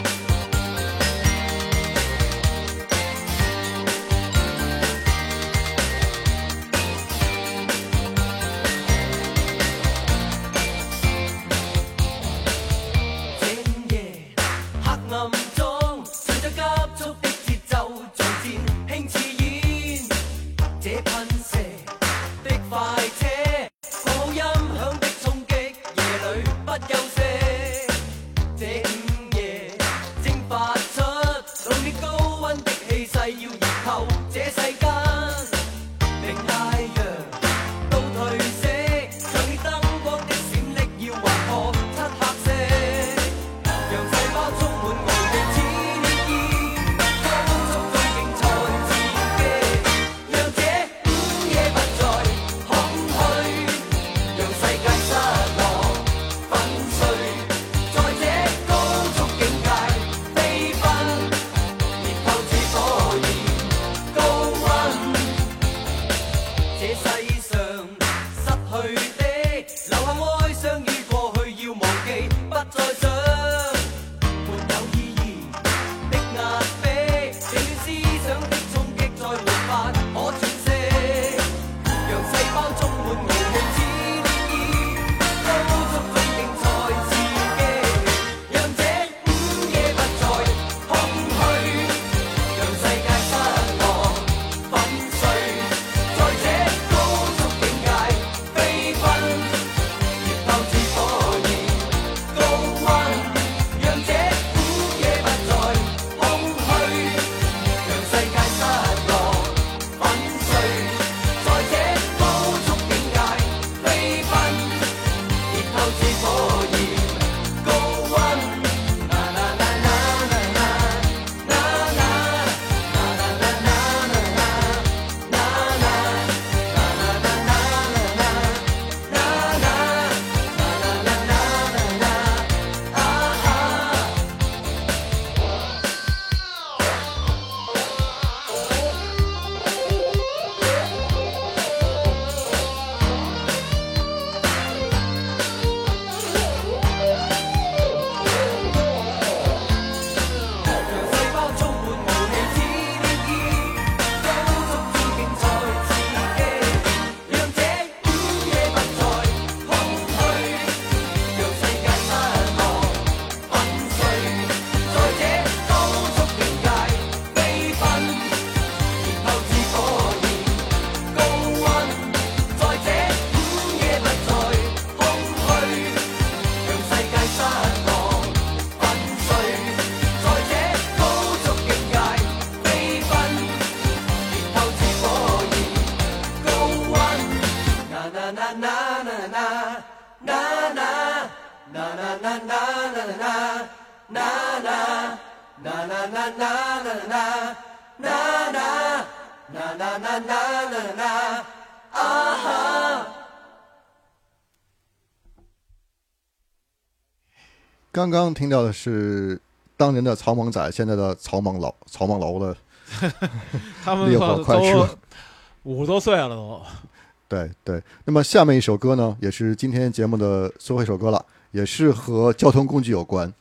[SPEAKER 1] 刚刚听到的是当年的草蜢仔，现在的草蜢楼的
[SPEAKER 5] 他们
[SPEAKER 1] 烈火快车
[SPEAKER 5] 都50多岁了都。
[SPEAKER 1] 对对，那么下面一首歌呢，也是今天节目的最后一首歌了，也是和交通工具有关。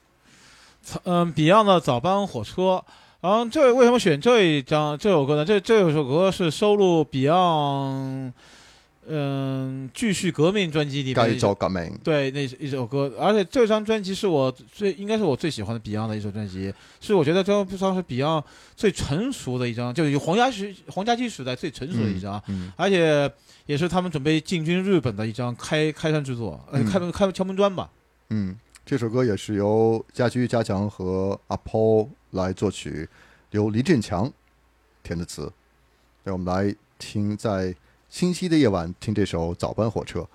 [SPEAKER 5] Beyond 的早班火车。这为什么选这首歌呢？这首歌是收录 Beyond 继续革命专辑里面
[SPEAKER 1] 改造革命，
[SPEAKER 5] 对，那一首歌，而且这张专辑是应该是我最喜欢的 Beyond 的一首专辑，是我觉得这张是 Beyond 最成熟的一张，就是黄家驹时代最成熟的一张，而且也是他们准备进军日本的一张开山之作，开敲门砖吧。
[SPEAKER 1] 这首歌也是由家驹、家强和阿 Paul 来作曲，由黎振强填的词。让我们来听在清晰的夜晚听这首早班火车。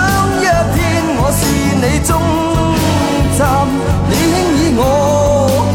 [SPEAKER 6] 你輕以我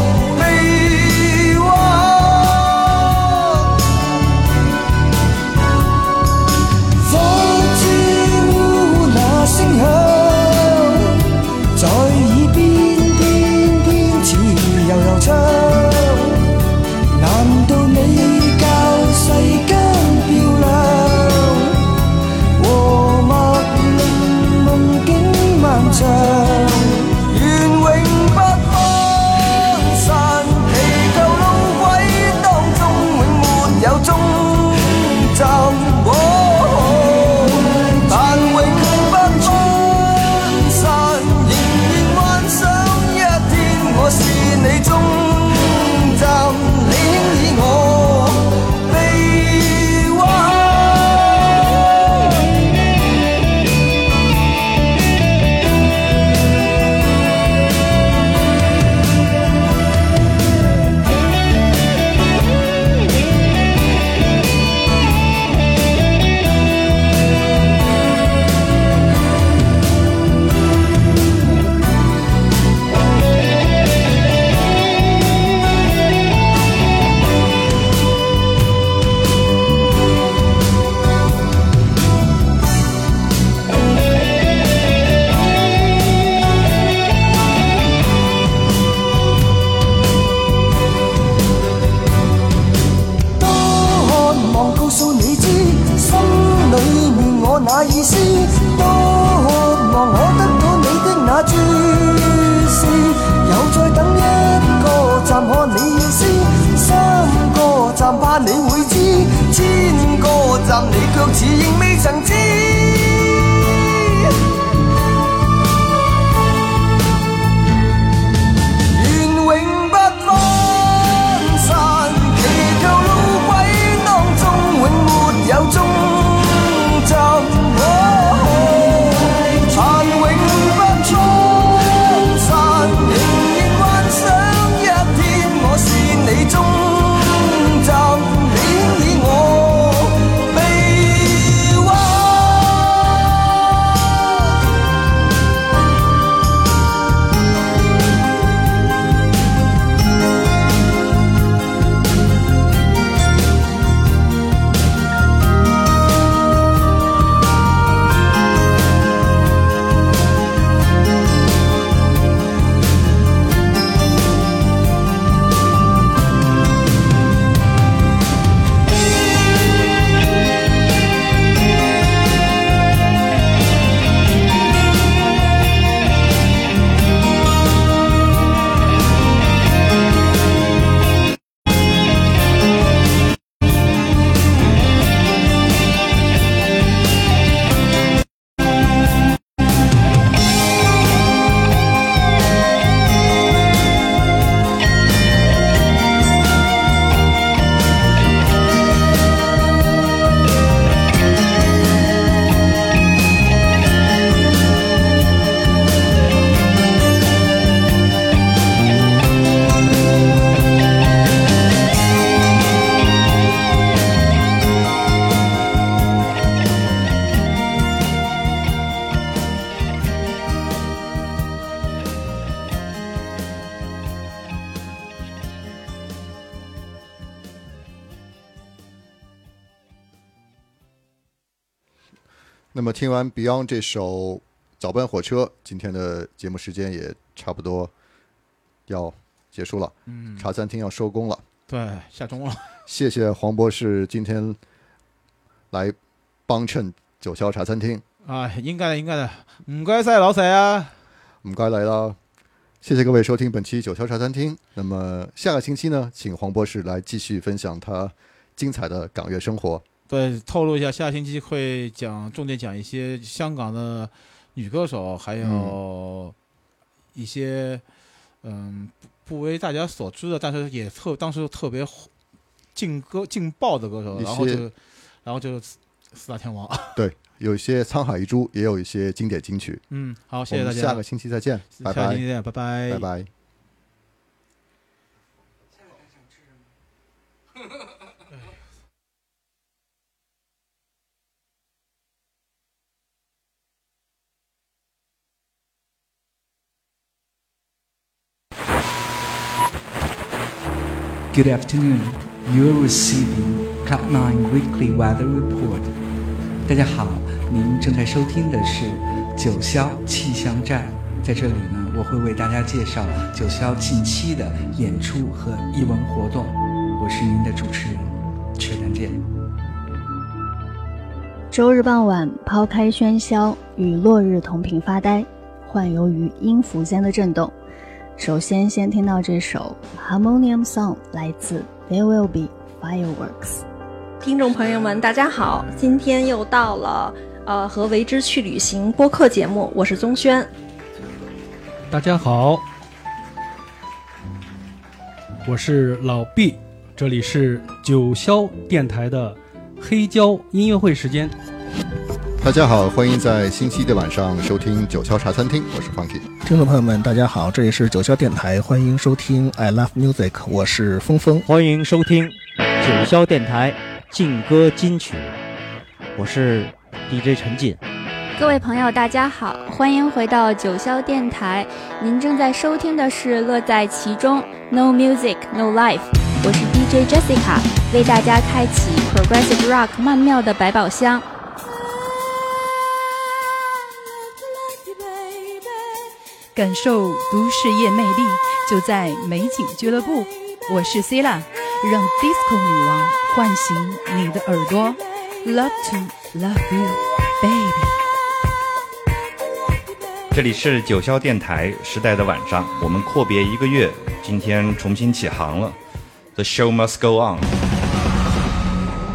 [SPEAKER 6] 千個站你卻似仍未曾知。願永不分散，祈求路軌當中永沒有終站。殘永不分散，仍然幻想一天我是你終站，你以我臂彎。
[SPEAKER 1] 那么听完 Beyond 这首早班火车，今天的节目时间也差不多要结束了。茶餐厅要收工了。
[SPEAKER 5] 对，下钟了。
[SPEAKER 1] 谢谢黄博士今天来帮衬九霄茶餐厅。
[SPEAKER 5] 應該的，唔該晒老細啊，
[SPEAKER 1] 唔該嚟啦。谢谢各位收听本期九霄茶餐厅。那么下个星期呢，请黄博士来继续分享他精彩的港乐生活。
[SPEAKER 5] 对，透露一下，下星期会重点讲一些香港的女歌手，还有一些不为大家所知的，但是也当时特别劲爆的歌手，然后就四大天王。
[SPEAKER 1] 对，有一些沧海一珠，也有一些经典金曲。
[SPEAKER 5] 好，谢谢大家，
[SPEAKER 1] 下个星期再见，拜拜。
[SPEAKER 5] 下个星期见，拜拜，
[SPEAKER 1] 拜拜。
[SPEAKER 11] Good afternoon. You're receiving Cloud9 Weekly Weather Report. 大家好，您正在收听的是九霄气象站。在这里呢，我会为大家介绍九霄近期的演出和艺文活动。我是您的主持人池南健。
[SPEAKER 12] 周日傍晚，抛开喧嚣，与落日同频发呆，幻游于音符间的震动。首先听到这首 Harmonium Song 来自 There Will Be Fireworks。
[SPEAKER 13] 听众朋友们大家好，今天又到了和为之去旅行播客节目，我是宗轩。
[SPEAKER 14] 大家好，我是老毕，这里是九霄电台的黑胶音乐会时间。
[SPEAKER 1] 大家好，欢迎在星期的晚上收听九霄茶餐厅，我是 Funky。
[SPEAKER 15] 听众朋友们大家好，这里是九霄电台，欢迎收听 I Love Music， 我是峰峰。
[SPEAKER 16] 欢迎收听九霄电台劲歌金曲，我是 DJ 陈进。
[SPEAKER 17] 各位朋友大家好，欢迎回到九霄电台，您正在收听的是乐在其中 No Music No Life， 我是 DJ Jessica， 为大家开启 Progressive Rock 曼妙的百宝箱。
[SPEAKER 18] 感受都市夜魅力，就在美景俱乐部。我是 Cilla， 让 Disco 女王唤醒你的耳朵。Love to love you, baby。
[SPEAKER 19] 这里是九霄电台时代的晚上，我们阔别1个月，今天重新起航了。The show must go on。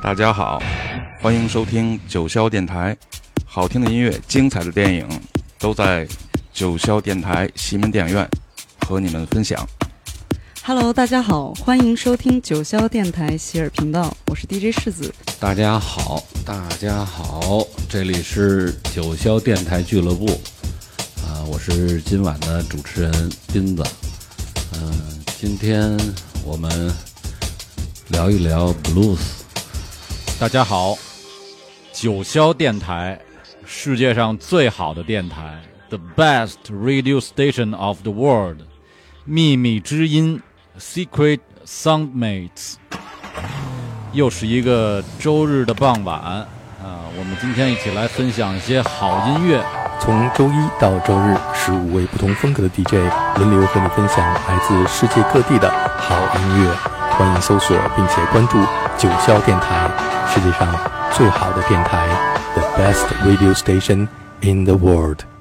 [SPEAKER 19] 大家好，欢迎收听九霄电台，好听的音乐、精彩的电影都在九霄电台西门电影院和你们分享。
[SPEAKER 20] Hello， 大家好，欢迎收听九霄电台喜尔频道，我是 DJ 世子。
[SPEAKER 21] 大家好，这里是九霄电台俱乐部，我是今晚的主持人斌子。今天我们聊一聊 blues。
[SPEAKER 22] 大家好，九霄电台，世界上最好的电台 ，The best radio station of the world， 秘密之音 ，Secret Soundmates。又是一个周日的傍晚我们今天一起来分享一些好音乐。
[SPEAKER 23] 从周一到周日，15位不同风格的 DJ 轮流和你分享来自世界各地的好音乐。欢迎搜索并且关注九霄电台，世界上最好的电台 ，The best radio station in the world。